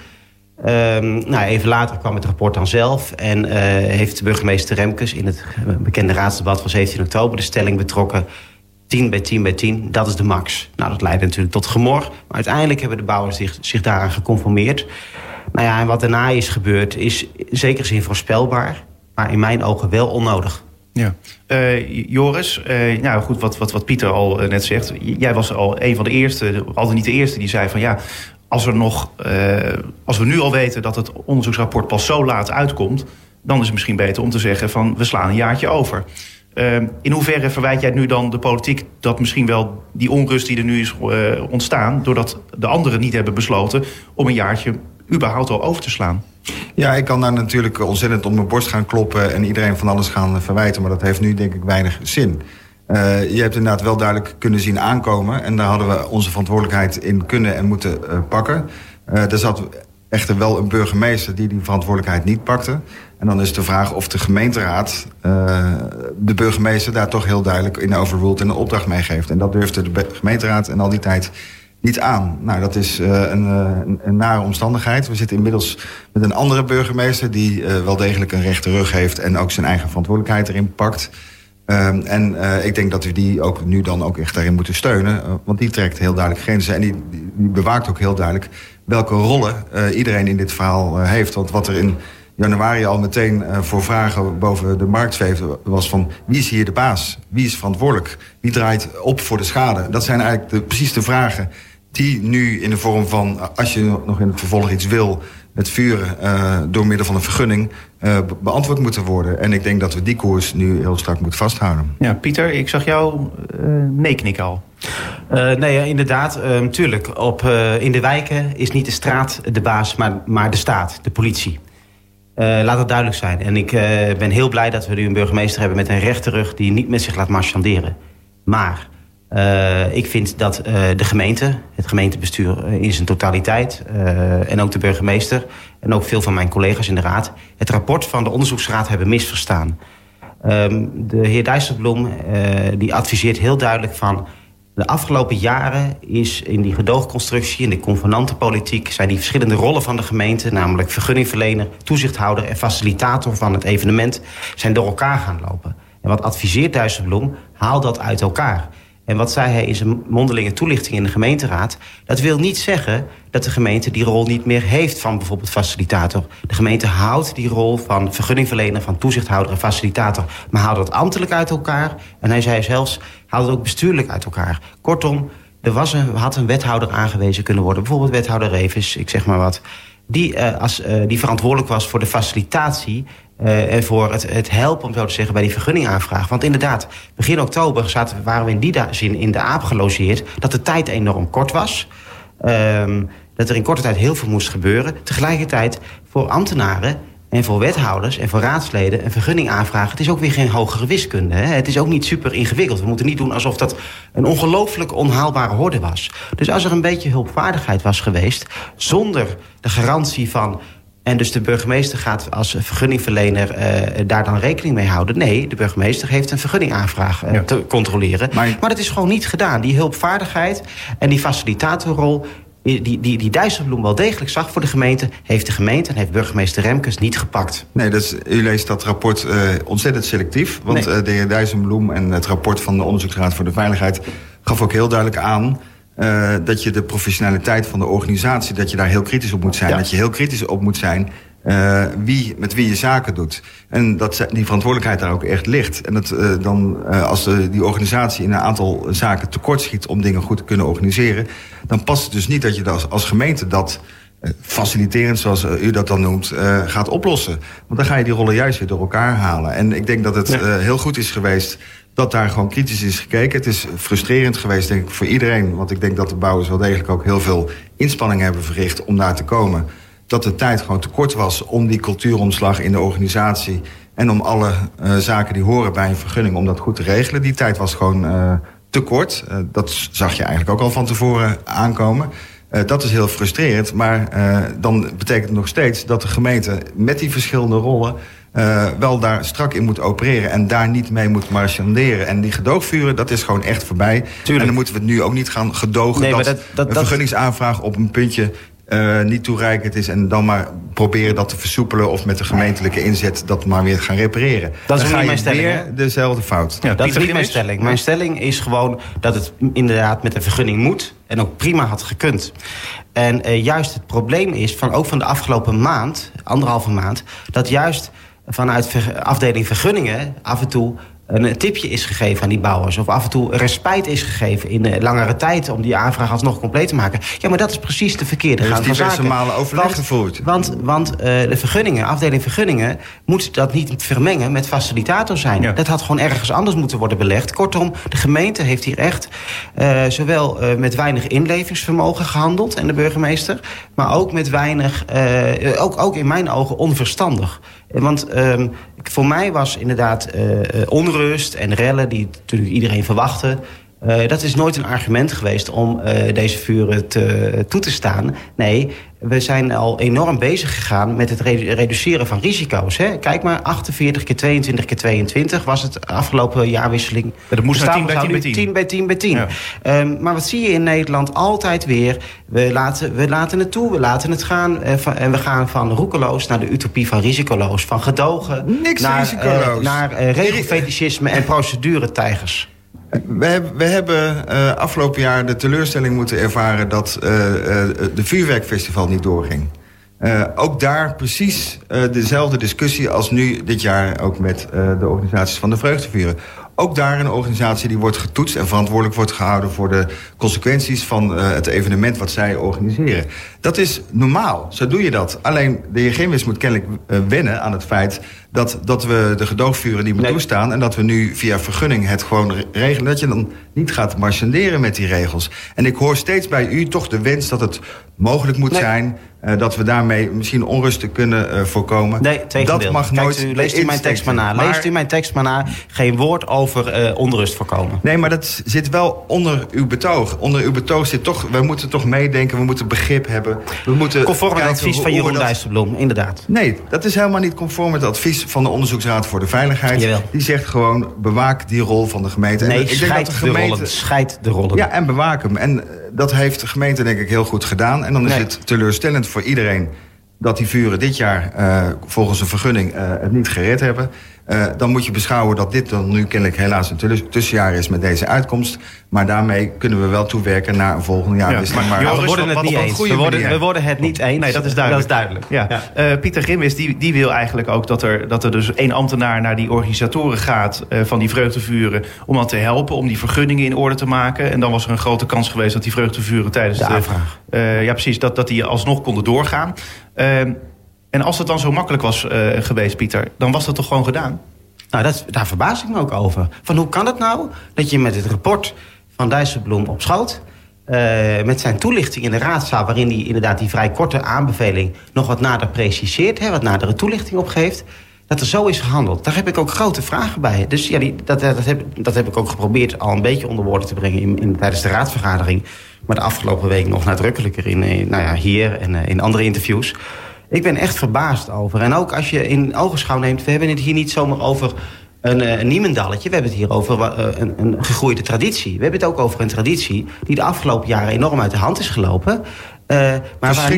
Even later kwam het rapport dan zelf en heeft burgemeester Remkes in het bekende raadsdebat van 17 oktober de stelling betrokken: 10 bij 10 bij 10, dat is de max. Nou, dat leidde natuurlijk tot gemor. Maar uiteindelijk hebben de bouwers zich daaraan geconformeerd. En wat daarna is gebeurd is in zekere zin voorspelbaar, maar in mijn ogen wel onnodig. Ja. Joris, goed, wat Pieter al net zegt. Jij was al een van de eerste, altijd niet de eerste, die zei van als we nu al weten dat het onderzoeksrapport pas zo laat uitkomt, dan is het misschien beter om te zeggen van we slaan een jaartje over. In hoeverre verwijt jij nu dan de politiek dat misschien wel die onrust die er nu is ontstaan, doordat de anderen niet hebben besloten om een jaartje überhaupt al over te slaan? Ja, ik kan daar natuurlijk ontzettend op mijn borst gaan kloppen en iedereen van alles gaan verwijten, maar dat heeft nu denk ik weinig zin. Je hebt inderdaad wel duidelijk kunnen zien aankomen en daar hadden we onze verantwoordelijkheid in kunnen en moeten pakken. Er zat echter wel een burgemeester die verantwoordelijkheid niet pakte. En dan is de vraag of de gemeenteraad de burgemeester daar toch heel duidelijk in overruled en een opdracht meegeeft. En dat durfde de gemeenteraad en al die tijd niet aan. Nou, dat is een nare omstandigheid. We zitten inmiddels met een andere burgemeester die wel degelijk een rechte rug heeft en ook zijn eigen verantwoordelijkheid erin pakt. Ik denk dat we die ook nu dan ook echt daarin moeten steunen. Want die trekt heel duidelijk grenzen. En die bewaakt ook heel duidelijk welke rollen iedereen in dit verhaal heeft. Want wat er in januari al meteen voor vragen boven de markt zweefde, was van wie is hier de baas? Wie is verantwoordelijk? Wie draait op voor de schade? Dat zijn eigenlijk precies de vragen die nu in de vorm van, als je nog in het vervolg iets wil, het vuren door middel van een vergunning beantwoord moeten worden. En ik denk dat we die koers nu heel strak moeten vasthouden. Ja, Pieter, ik zag jou nee knikken al. Inderdaad, tuurlijk. In de wijken is niet de straat de baas, maar de staat, de politie. Laat dat duidelijk zijn. En ik ben heel blij dat we nu een burgemeester hebben met een rechte rug die niet met zich laat marchanderen. Maar ik vind dat de gemeente, het gemeentebestuur in zijn totaliteit, en ook de burgemeester en ook veel van mijn collega's in de raad, het rapport van de onderzoeksraad hebben misverstaan. De heer Dijsselbloem die adviseert heel duidelijk van de afgelopen jaren is in die gedoogconstructie, in de convenantenpolitiek, zijn die verschillende rollen van de gemeente, namelijk vergunningverlener, toezichthouder en facilitator van het evenement, zijn door elkaar gaan lopen. En wat adviseert Dijsselbloem? Haal dat uit elkaar. En wat zei hij in zijn mondelinge toelichting in de gemeenteraad? Dat wil niet zeggen dat de gemeente die rol niet meer heeft van bijvoorbeeld facilitator. De gemeente houdt die rol van vergunningverlener, van toezichthouder en facilitator, maar haalt dat ambtelijk uit elkaar. En hij zei zelfs, haal het ook bestuurlijk uit elkaar. Kortom, had een wethouder aangewezen kunnen worden, bijvoorbeeld wethouder Revis, ik zeg maar wat, die verantwoordelijk was voor de facilitatie en voor het helpen, om zo te zeggen, bij die vergunningaanvraag. Want inderdaad, begin oktober waren we in die zin in de aap gelogeerd, dat de tijd enorm kort was. Dat er in korte tijd heel veel moest gebeuren. Tegelijkertijd voor ambtenaren en voor wethouders en voor raadsleden een vergunning aanvragen. Het is ook weer geen hogere wiskunde. Hè? Het is ook niet super ingewikkeld. We moeten niet doen alsof dat een ongelooflijk onhaalbare horde was. Dus als er een beetje hulpvaardigheid was geweest, zonder de garantie van, en dus de burgemeester gaat als vergunningverlener daar dan rekening mee houden. Nee, de burgemeester heeft een vergunningaanvraag te controleren. Maar dat is gewoon niet gedaan. Die hulpvaardigheid en die facilitatorrol die Dijsselbloem wel degelijk zag voor de gemeente, heeft de gemeente en heeft burgemeester Remkes niet gepakt. Nee, u leest dat rapport ontzettend selectief. Want de heer Dijsselbloem en het rapport van de Onderzoeksraad voor de Veiligheid gaf ook heel duidelijk aan dat je de professionaliteit van de organisatie, dat je daar heel kritisch op moet zijn. Ja. Dat je heel kritisch op moet zijn met wie je zaken doet. En dat die verantwoordelijkheid daar ook echt ligt. En dat als die organisatie in een aantal zaken tekortschiet om dingen goed te kunnen organiseren, dan past het dus niet dat je als gemeente dat faciliterend, zoals u dat dan noemt, gaat oplossen. Want dan ga je die rollen juist weer door elkaar halen. En ik denk dat het heel goed is geweest dat daar gewoon kritisch is gekeken. Het is frustrerend geweest, denk ik, voor iedereen. Want ik denk dat de bouwers wel degelijk ook heel veel inspanning hebben verricht om daar te komen. dat de tijd gewoon te kort was om die cultuuromslag in de organisatie en om alle zaken die horen bij een vergunning, om dat goed te regelen. Die tijd was gewoon te kort. Dat zag je eigenlijk ook al van tevoren aankomen. Dat is heel frustrerend, maar dan betekent het nog steeds dat de gemeente met die verschillende rollen wel daar strak in moet opereren en daar niet mee moet marchanderen. En die gedoogvuren, dat is gewoon echt voorbij. Tuurlijk. En dan moeten we het nu ook niet gaan gedogen een vergunningsaanvraag op een puntje niet toereikend is en dan maar proberen dat te versoepelen of met de gemeentelijke inzet dat maar weer gaan repareren. Dat is dan niet ga mijn je stelling, weer hè? dezelfde fout. Ja, Dat is Pieter niet mijn Gimwits? stelling. Mijn stelling is gewoon dat het inderdaad met een vergunning moet en ook prima had gekund. En juist het probleem is, ook van de afgelopen maand, 1,5 maand, dat juist vanuit afdeling vergunningen af en toe een tipje is gegeven aan die bouwers. Of af en toe respijt is gegeven in langere tijd om die aanvraag alsnog compleet te maken. Ja, maar dat is precies de verkeerde gang van zaken. Er is diverse malen overleg gevoerd. Want de vergunningen, afdeling vergunningen, moet dat niet vermengen met facilitator zijn. Ja. Dat had gewoon ergens anders moeten worden belegd. Kortom, de gemeente heeft hier echt zowel met weinig inlevingsvermogen gehandeld en de burgemeester, maar ook met weinig, ook in mijn ogen onverstandig. Want voor mij was inderdaad onrust en rellen die natuurlijk iedereen verwachtte. Dat is nooit een argument geweest om deze vuren toe te staan. Nee, we zijn al enorm bezig gegaan met het reduceren van risico's. Hè? Kijk maar, 48 keer 22 keer 22 was het afgelopen jaarwisseling. Dat moest naar 10 De bij 10 bij 10. 10 bij 10 bij 10. Ja. Maar wat zie je in Nederland altijd weer? We laten het toe, we laten het gaan. En we gaan van roekeloos naar de utopie van risicoloos. Van gedogen Niks naar, risicoloos. naar regelfetischisme en procedure-tijgers. We hebben afgelopen jaar de teleurstelling moeten ervaren dat de vuurwerkfestival niet doorging. Ook daar precies dezelfde discussie als nu dit jaar ook met de organisaties van de vreugdevuren. Ook daar een organisatie die wordt getoetst en verantwoordelijk wordt gehouden voor de consequenties van het evenement wat zij organiseren. Dat is normaal, zo doe je dat. Alleen de heer Gimwits moet kennelijk wennen aan het feit dat we de gedoogvuren niet meer toestaan en dat we nu via vergunning het gewoon regelen. Dat je dan niet gaat marchanderen met die regels. En ik hoor steeds bij u toch de wens dat het mogelijk moet zijn, dat we daarmee misschien onrusten kunnen voorkomen. Nee, tegendeel. Dat mag nooit. Leest u mijn tekst maar na. Leest u mijn tekst maar na. Geen woord over onrust voorkomen. Nee, maar dat zit wel onder uw betoog. Onder uw betoog zit toch, we moeten toch meedenken, we moeten begrip hebben. We moeten Conform het kijken advies van hoe Jeroen we dat... Dijsselbloem, inderdaad. Nee, dat is helemaal niet conform met het advies van de Onderzoeksraad voor de Veiligheid. Jawel. Die zegt gewoon, bewaak die rol van de gemeente. Nee, en ik denk dat de gemeente... Scheid de rollen. Ja, en bewaak hem. En dat heeft de gemeente denk ik heel goed gedaan. En dan is het teleurstellend voor iedereen dat die vuren dit jaar volgens een vergunning het niet gered hebben. Dan moet je beschouwen dat dit dan nu kennelijk helaas een tussenjaar is met deze uitkomst. Maar daarmee kunnen we wel toewerken naar een volgend jaar. Ja, Dus maar maar We worden het niet eens. We worden het niet eens. Nee, dat is duidelijk. Dat is duidelijk. Ja. Pieter Gimwits die wil eigenlijk ook dat er dus 1 ambtenaar naar die organisatoren gaat van die vreugdevuren om dan te helpen, om die vergunningen in orde te maken. En dan was er een grote kans geweest dat die vreugdevuren tijdens de aanvraag. Ja, precies, dat die alsnog konden doorgaan. En als het dan zo makkelijk was geweest, Pieter, dan was dat toch gewoon gedaan? Nou, daar verbaas ik me ook over. Van hoe kan het nou dat je met het rapport van Dijsselbloem op schoot, met zijn toelichting in de raadzaal, waarin hij inderdaad die vrij korte aanbeveling nog wat nader preciseert, wat nadere toelichting op geeft, dat er zo is gehandeld. Daar heb ik ook grote vragen bij. Dus ja, dat heb ik ook geprobeerd al een beetje onder woorden te brengen tijdens de raadsvergadering. Maar de afgelopen week nog nadrukkelijker hier en in andere interviews. Ik ben echt verbaasd over. En ook als je in ogenschouw neemt, we hebben het hier niet zomaar over een niemendalletje. We hebben het hier over een gegroeide traditie. We hebben het ook over een traditie die de afgelopen jaren enorm uit de hand is gelopen. Maar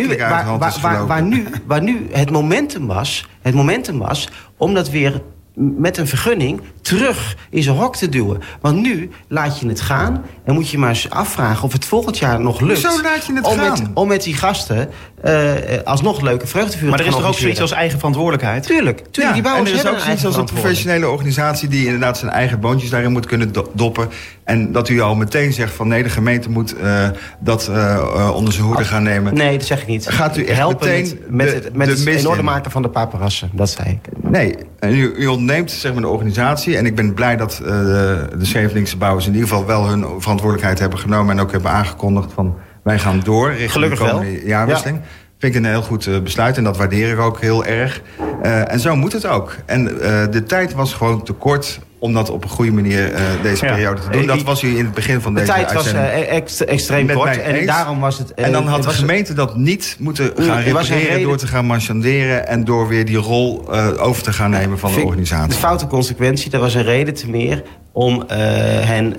waar nu het momentum was om dat weer met een vergunning terug in zijn hok te duwen. Want nu laat je het gaan en moet je maar eens afvragen of het volgend jaar nog lukt. Zo laat je het gaan. Om met die gasten alsnog leuke vreugdevuren maar te er is toch ook organiseren. zoiets als eigen verantwoordelijkheid? Tuurlijk. Ja, Die bouwers en er is hebben ook zoiets als een professionele organisatie die inderdaad zijn eigen boontjes daarin moet kunnen doppen. En dat u al meteen zegt van nee, de gemeente moet dat onder zijn hoede gaan nemen. Nee, dat zeg ik niet. Gaat u echt helpen meteen met het in orde maken van de paparassen? Dat zei ik. Nee, en u ontneemt zeg maar de organisatie. En ik ben blij dat de Scheveningse bouwers in ieder geval wel hun verantwoordelijkheid hebben genomen en ook hebben aangekondigd van wij gaan door richting Gelukkig de komende jaarwisseling. Vind ik een heel goed besluit en dat waardeer ik ook heel erg. En zo moet het ook. En de tijd was gewoon te kort om dat op een goede manier deze periode te doen. Dat was u in het begin van deze uitzending. De tijd was extreem kort en daarom was het... En dan had de gemeente dat niet moeten gaan repareren door te gaan marchanderen en door weer die rol over te gaan nemen van de organisatie. De foute consequentie, dat was een reden te meer om hen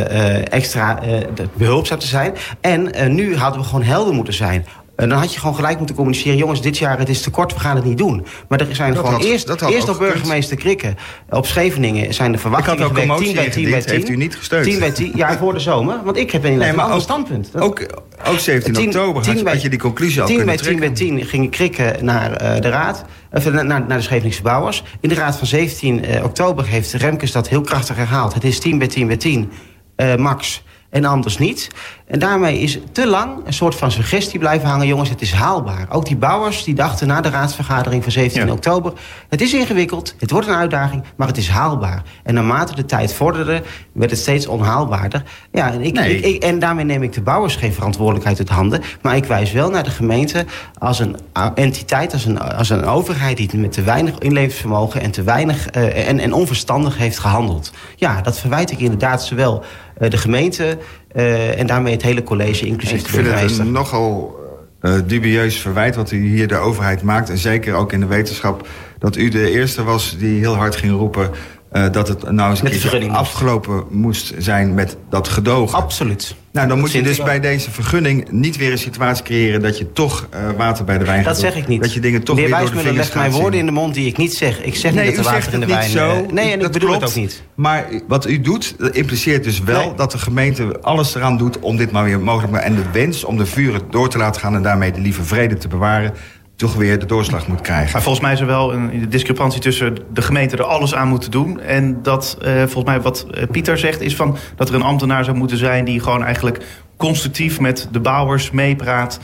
extra behulpzaam te zijn. En nu hadden we gewoon helder moeten zijn. En dan had je gewoon gelijk moeten communiceren... jongens, dit jaar het is te kort, we gaan het niet doen. Maar er zijn eerst op burgemeester Krikke. Op Scheveningen zijn de verwachtingen gewerkt. 10 bij 10 bij 10. Heeft u niet gesteund? 10 bij 10, ja, voor de zomer. Want ik heb een ander standpunt. Ook 17 oktober had je die conclusie al kunnen trekken. 10 bij 10 ging Krikke naar de raad... naar de Scheveningse bouwers. In de raad van 17 oktober heeft Remkes dat heel krachtig herhaald. Het is 10 bij 10 bij 10, max... en anders niet. En daarmee is te lang een soort van suggestie blijven hangen... jongens, het is haalbaar. Ook die bouwers die dachten na de raadsvergadering van 17 oktober... het is ingewikkeld, het wordt een uitdaging, maar het is haalbaar. En naarmate de tijd vorderde, werd het steeds onhaalbaarder. Ja, en daarmee neem ik de bouwers geen verantwoordelijkheid uit handen... maar ik wijs wel naar de gemeente als een entiteit, als een overheid... die met te weinig inleveringsvermogen en te weinig en onverstandig heeft gehandeld. Ja, dat verwijt ik inderdaad zowel de gemeente... en daarmee het hele college, inclusief de burgemeester. Ik vind het een nogal dubieus verwijt wat u hier de overheid maakt. En zeker ook in de wetenschap dat u de eerste was die heel hard ging roepen... dat het nou eens een keer afgelopen moest zijn met dat gedogen. Absoluut. Nou, dan moet je dus bij deze vergunning niet weer een situatie creëren... dat je toch water bij de wijn gaat. Dat zeg ik niet. Dat je dingen toch weer door de vingers gaat legt mij woorden in de mond die ik niet zeg. Ik zeg niet dat er water in de wijn... Nee, en ik bedoel het ook niet. Maar wat u doet, impliceert dus wel dat de gemeente alles eraan doet... om dit maar weer mogelijk te maken. En de wens om de vuren door te laten gaan... en daarmee de lieve vrede te bewaren... toch weer de doorslag moet krijgen. Maar volgens mij is er wel een discrepantie tussen de gemeente er alles aan moeten doen... en dat, volgens mij wat Pieter zegt, is van dat er een ambtenaar zou moeten zijn... die gewoon eigenlijk constructief met de bouwers meepraat...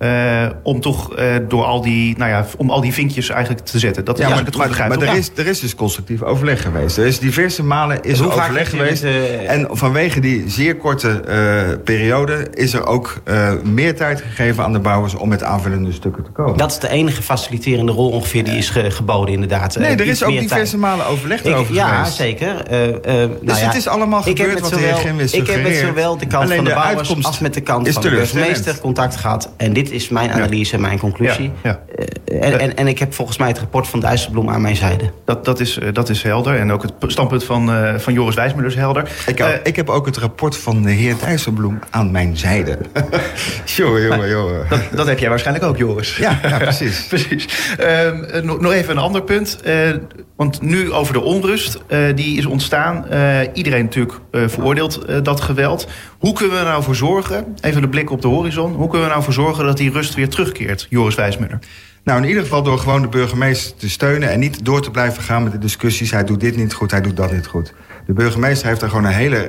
om toch door al die, om al die vinkjes eigenlijk te zetten. Dat maar er is dus constructief overleg geweest. Er is diverse malen overleg geweest. En vanwege die zeer korte periode is er ook meer tijd gegeven aan de bouwers om met aanvullende stukken te komen. Dat is de enige faciliterende rol ongeveer die is geboden inderdaad. Nee, er is ook diverse malen overleg over geweest. Ja, zeker. Dus het is allemaal gebeurd wat de heer Grimwis suggereert. Ik heb met zowel de kant van de bouwers als met de kant van de burgemeester contact gehad. En dit is mijn analyse en mijn conclusie. Ja. En ik heb volgens mij het rapport van Dijsselbloem aan mijn zijde. Dat is helder. En ook het standpunt van Joris Wijsmuller is helder. Ik heb ook het rapport van de heer Dijsselbloem aan mijn zijde. Jongen. Dat heb jij waarschijnlijk ook, Joris. Ja, precies. Precies. Nog even een ander punt. Want nu over de onrust. Die is ontstaan. Iedereen natuurlijk veroordeelt dat geweld. Hoe kunnen we er nou voor zorgen, even de blik op de horizon... hoe kunnen we nou voor zorgen dat die rust weer terugkeert, Joris Wijsmuller? Nou, in ieder geval door gewoon de burgemeester te steunen... en niet door te blijven gaan met de discussies. Hij doet dit niet goed, hij doet dat niet goed. De burgemeester heeft er gewoon een hele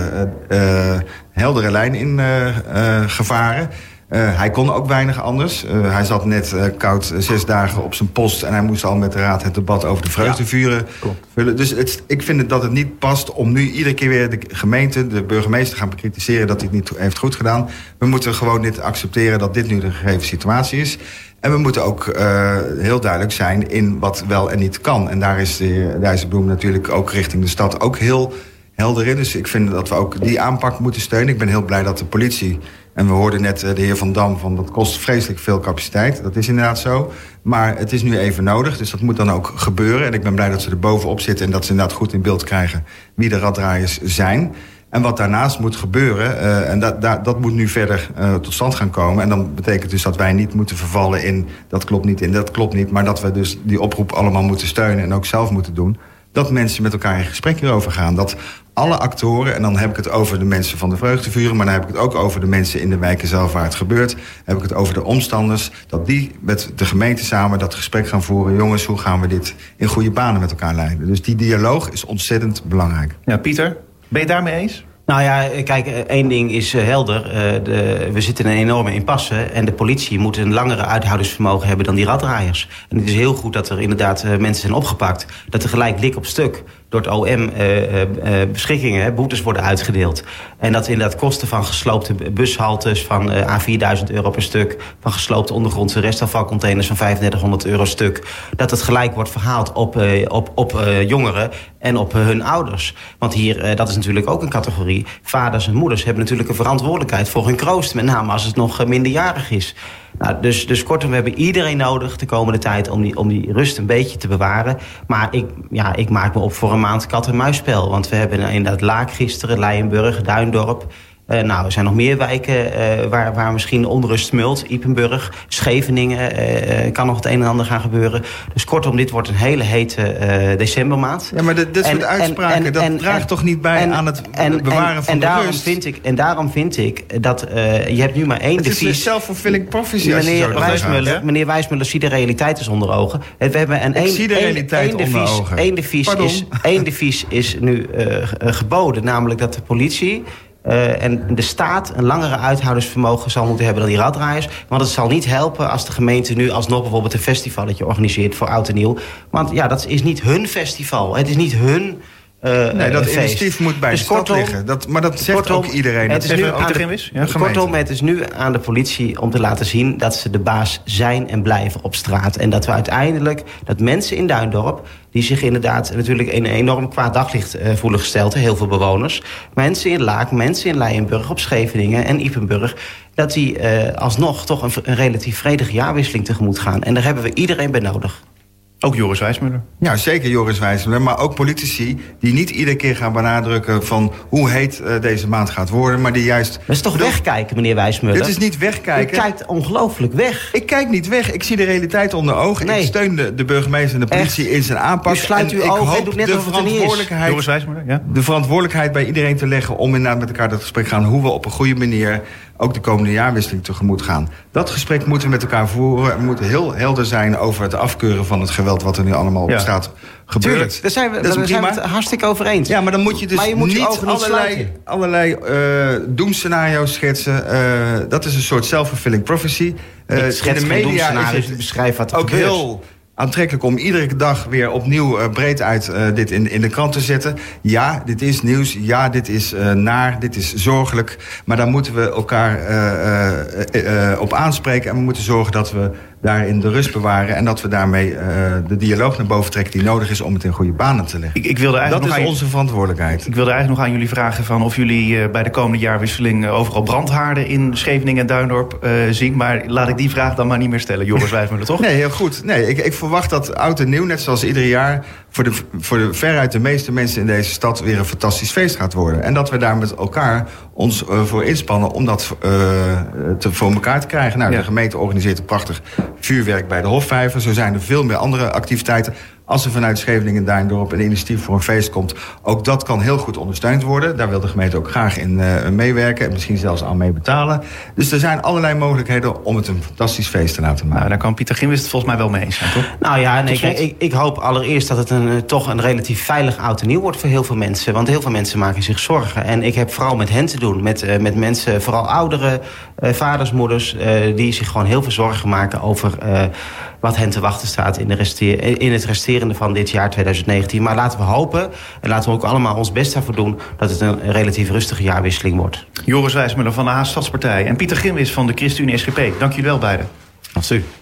heldere lijn in gevaren... hij kon ook weinig anders. Hij zat net koud 6 dagen op zijn post... en hij moest al met de raad het debat over de vreugdevuren vullen. Dus ik vind dat het niet past om nu iedere keer weer de gemeente... de burgemeester gaan bekritiseren dat hij het niet heeft goed gedaan. We moeten gewoon dit accepteren dat dit nu de gegeven situatie is. En we moeten ook heel duidelijk zijn in wat wel en niet kan. En daar is de heer Dijsselbloem natuurlijk ook richting de stad ook heel helder in. Dus ik vind dat we ook die aanpak moeten steunen. Ik ben heel blij dat de politie... En we hoorden net de heer Van Dam van dat kost vreselijk veel capaciteit. Dat is inderdaad zo. Maar het is nu even nodig, dus dat moet dan ook gebeuren. En ik ben blij dat ze er bovenop zitten... en dat ze inderdaad goed in beeld krijgen wie de raddraaiers zijn. En wat daarnaast moet gebeuren, en dat moet nu verder tot stand gaan komen. En dan betekent dus dat wij niet moeten vervallen in... dat klopt niet en dat klopt niet. Maar dat we dus die oproep allemaal moeten steunen en ook zelf moeten doen. Dat mensen met elkaar in gesprek hierover gaan. Dat alle actoren, en dan heb ik het over de mensen van de vreugdevuren... maar dan heb ik het ook over de mensen in de wijken zelf waar het gebeurt. Dan heb ik het over de omstanders. Dat die met de gemeente samen dat gesprek gaan voeren. Jongens, hoe gaan we dit in goede banen met elkaar leiden? Dus die dialoog is ontzettend belangrijk. Ja, Pieter, ben je het daarmee eens? Nou ja, kijk, één ding is helder. We zitten in een enorme impasse... en de politie moet een langere uithoudingsvermogen hebben dan die raddraaiers. En het is heel goed dat er inderdaad mensen zijn opgepakt... dat er gelijk lik op stuk door het OM beschikkingen, boetes worden uitgedeeld. En dat inderdaad kosten van gesloopte bushaltes van €4.000 per stuk, van gesloopte ondergrondse restafvalcontainers van €3500 stuk, dat het gelijk wordt verhaald op jongeren en op hun ouders. Want hier, dat is natuurlijk ook een categorie. Vaders en moeders hebben natuurlijk een verantwoordelijkheid voor hun kroost, met name als het nog minderjarig is. Nou, dus kortom, we hebben iedereen nodig de komende tijd om die rust een beetje te bewaren. Maar ik maak me op voor een maand kat-en-muisspel. Want we hebben inderdaad Laak gisteren, Leijenburg, Duindorp. Er zijn nog meer wijken waar misschien onrust smult. Ypenburg, Scheveningen, kan nog het een en ander gaan gebeuren. Dus kortom, dit wordt een hele hete decembermaand. Ja, maar dit soort uitspraken, dat draagt toch niet bij aan het bewaren van de rust? En daarom vind ik dat je hebt nu maar één devies. Het is een self-fulfilling prophecy. Meneer Wijsmuller ziet de realiteit dus onder ogen. We hebben ik zie de realiteit onder ogen. Eén devies is nu geboden, namelijk dat de politie en de staat een langere uithoudingsvermogen zal moeten hebben dan die raddraaiers. Want het zal niet helpen als de gemeente nu alsnog bijvoorbeeld een festivalletje organiseert voor oud en nieuw. Want ja, dat is niet hun festival. Het is niet hun dat feest. Initiatief moet bij de stad liggen. Maar dat zegt ook iedereen. Het is nu aan de politie om te laten zien dat ze de baas zijn en blijven op straat. En dat we uiteindelijk, dat mensen in Duindorp, die zich inderdaad natuurlijk in een enorm kwaad daglicht voelen gesteld, heel veel bewoners. Mensen in Laak, mensen in Leijenburg, op Scheveningen en Ypenburg, dat die alsnog toch een relatief vredige jaarwisseling tegemoet gaan. En daar hebben we iedereen bij nodig. Ook Joris Wijsmuller. Ja, zeker Joris Wijsmuller. Maar ook politici die niet iedere keer gaan benadrukken van hoe heet deze maand gaat worden. Maar die juist... Dat is toch wegkijken, meneer Wijsmuller? Dit is niet wegkijken. U kijkt ongelooflijk weg. Ik kijk niet weg. Ik zie de realiteit onder ogen. Nee. Ik steun de burgemeester en de politie in zijn aanpak. U sluit uw ogen en doet net alsof het er niet is. Joris Wijsmuller, ja. De verantwoordelijkheid bij iedereen te leggen om inderdaad met elkaar dat gesprek gaan. Hoe we op een goede manier ook de komende jaarwisseling tegemoet gaan. Dat gesprek moeten we met elkaar voeren. We moeten heel helder zijn over het afkeuren van het geweld wat er nu allemaal op straat gebeurt. Tuurlijk, daar zijn we het hartstikke over eens. Ja, maar dan moet je dus niet allerlei doemscenario's schetsen. Dat is een soort self-fulfilling prophecy. Ik schets in de media is het beschrijf wat er ook gebeurt. Heel aantrekkelijk om iedere dag weer opnieuw breed uit dit in de krant te zetten. Ja, dit is nieuws. Ja, dit is naar. Dit is zorgelijk. Maar daar moeten we elkaar op aanspreken. En we moeten zorgen dat we daarin de rust bewaren. En dat we daarmee de dialoog naar boven trekken die nodig is om het in goede banen te leggen. Dat is onze verantwoordelijkheid. Ik wilde eigenlijk nog aan jullie vragen van of jullie bij de komende jaarwisseling overal brandhaarden in Scheveningen en Duindorp zien. Maar laat ik die vraag dan maar niet meer stellen, Joris Wijsmuller, toch? Nee, heel goed. Nee, ik verwacht dat oud en nieuw, net zoals ieder jaar, voor de veruit de meeste mensen in deze stad weer een fantastisch feest gaat worden. En dat we daar met elkaar ons voor inspannen om dat voor elkaar te krijgen. Nou, de gemeente organiseert een prachtig vuurwerk bij de Hofvijver. Zo zijn er veel meer andere activiteiten. Als er vanuit Scheveningen en Duindorp een initiatief voor een feest komt, ook dat kan heel goed ondersteund worden. Daar wil de gemeente ook graag in meewerken en misschien zelfs aan mee betalen. Dus er zijn allerlei mogelijkheden om het een fantastisch feest te laten maken. Nou, daar kan Pieter Gimwist het volgens mij wel mee eens zijn, toch? Nou ja, nee, ik hoop allereerst dat het toch een relatief veilig oud en nieuw wordt voor heel veel mensen. Want heel veel mensen maken zich zorgen. En ik heb vooral met hen te doen, met mensen, vooral ouderen, vaders, moeders, die zich gewoon heel veel zorgen maken over wat hen te wachten staat in het resterende van dit jaar 2019. Maar laten we hopen en laten we ook allemaal ons best daarvoor doen dat het een relatief rustige jaarwisseling wordt. Joris Wijsmuller van de Haag Stadspartij en Pieter Gimwist van de ChristenUnie SGP. Dank jullie wel beiden. Absoluut.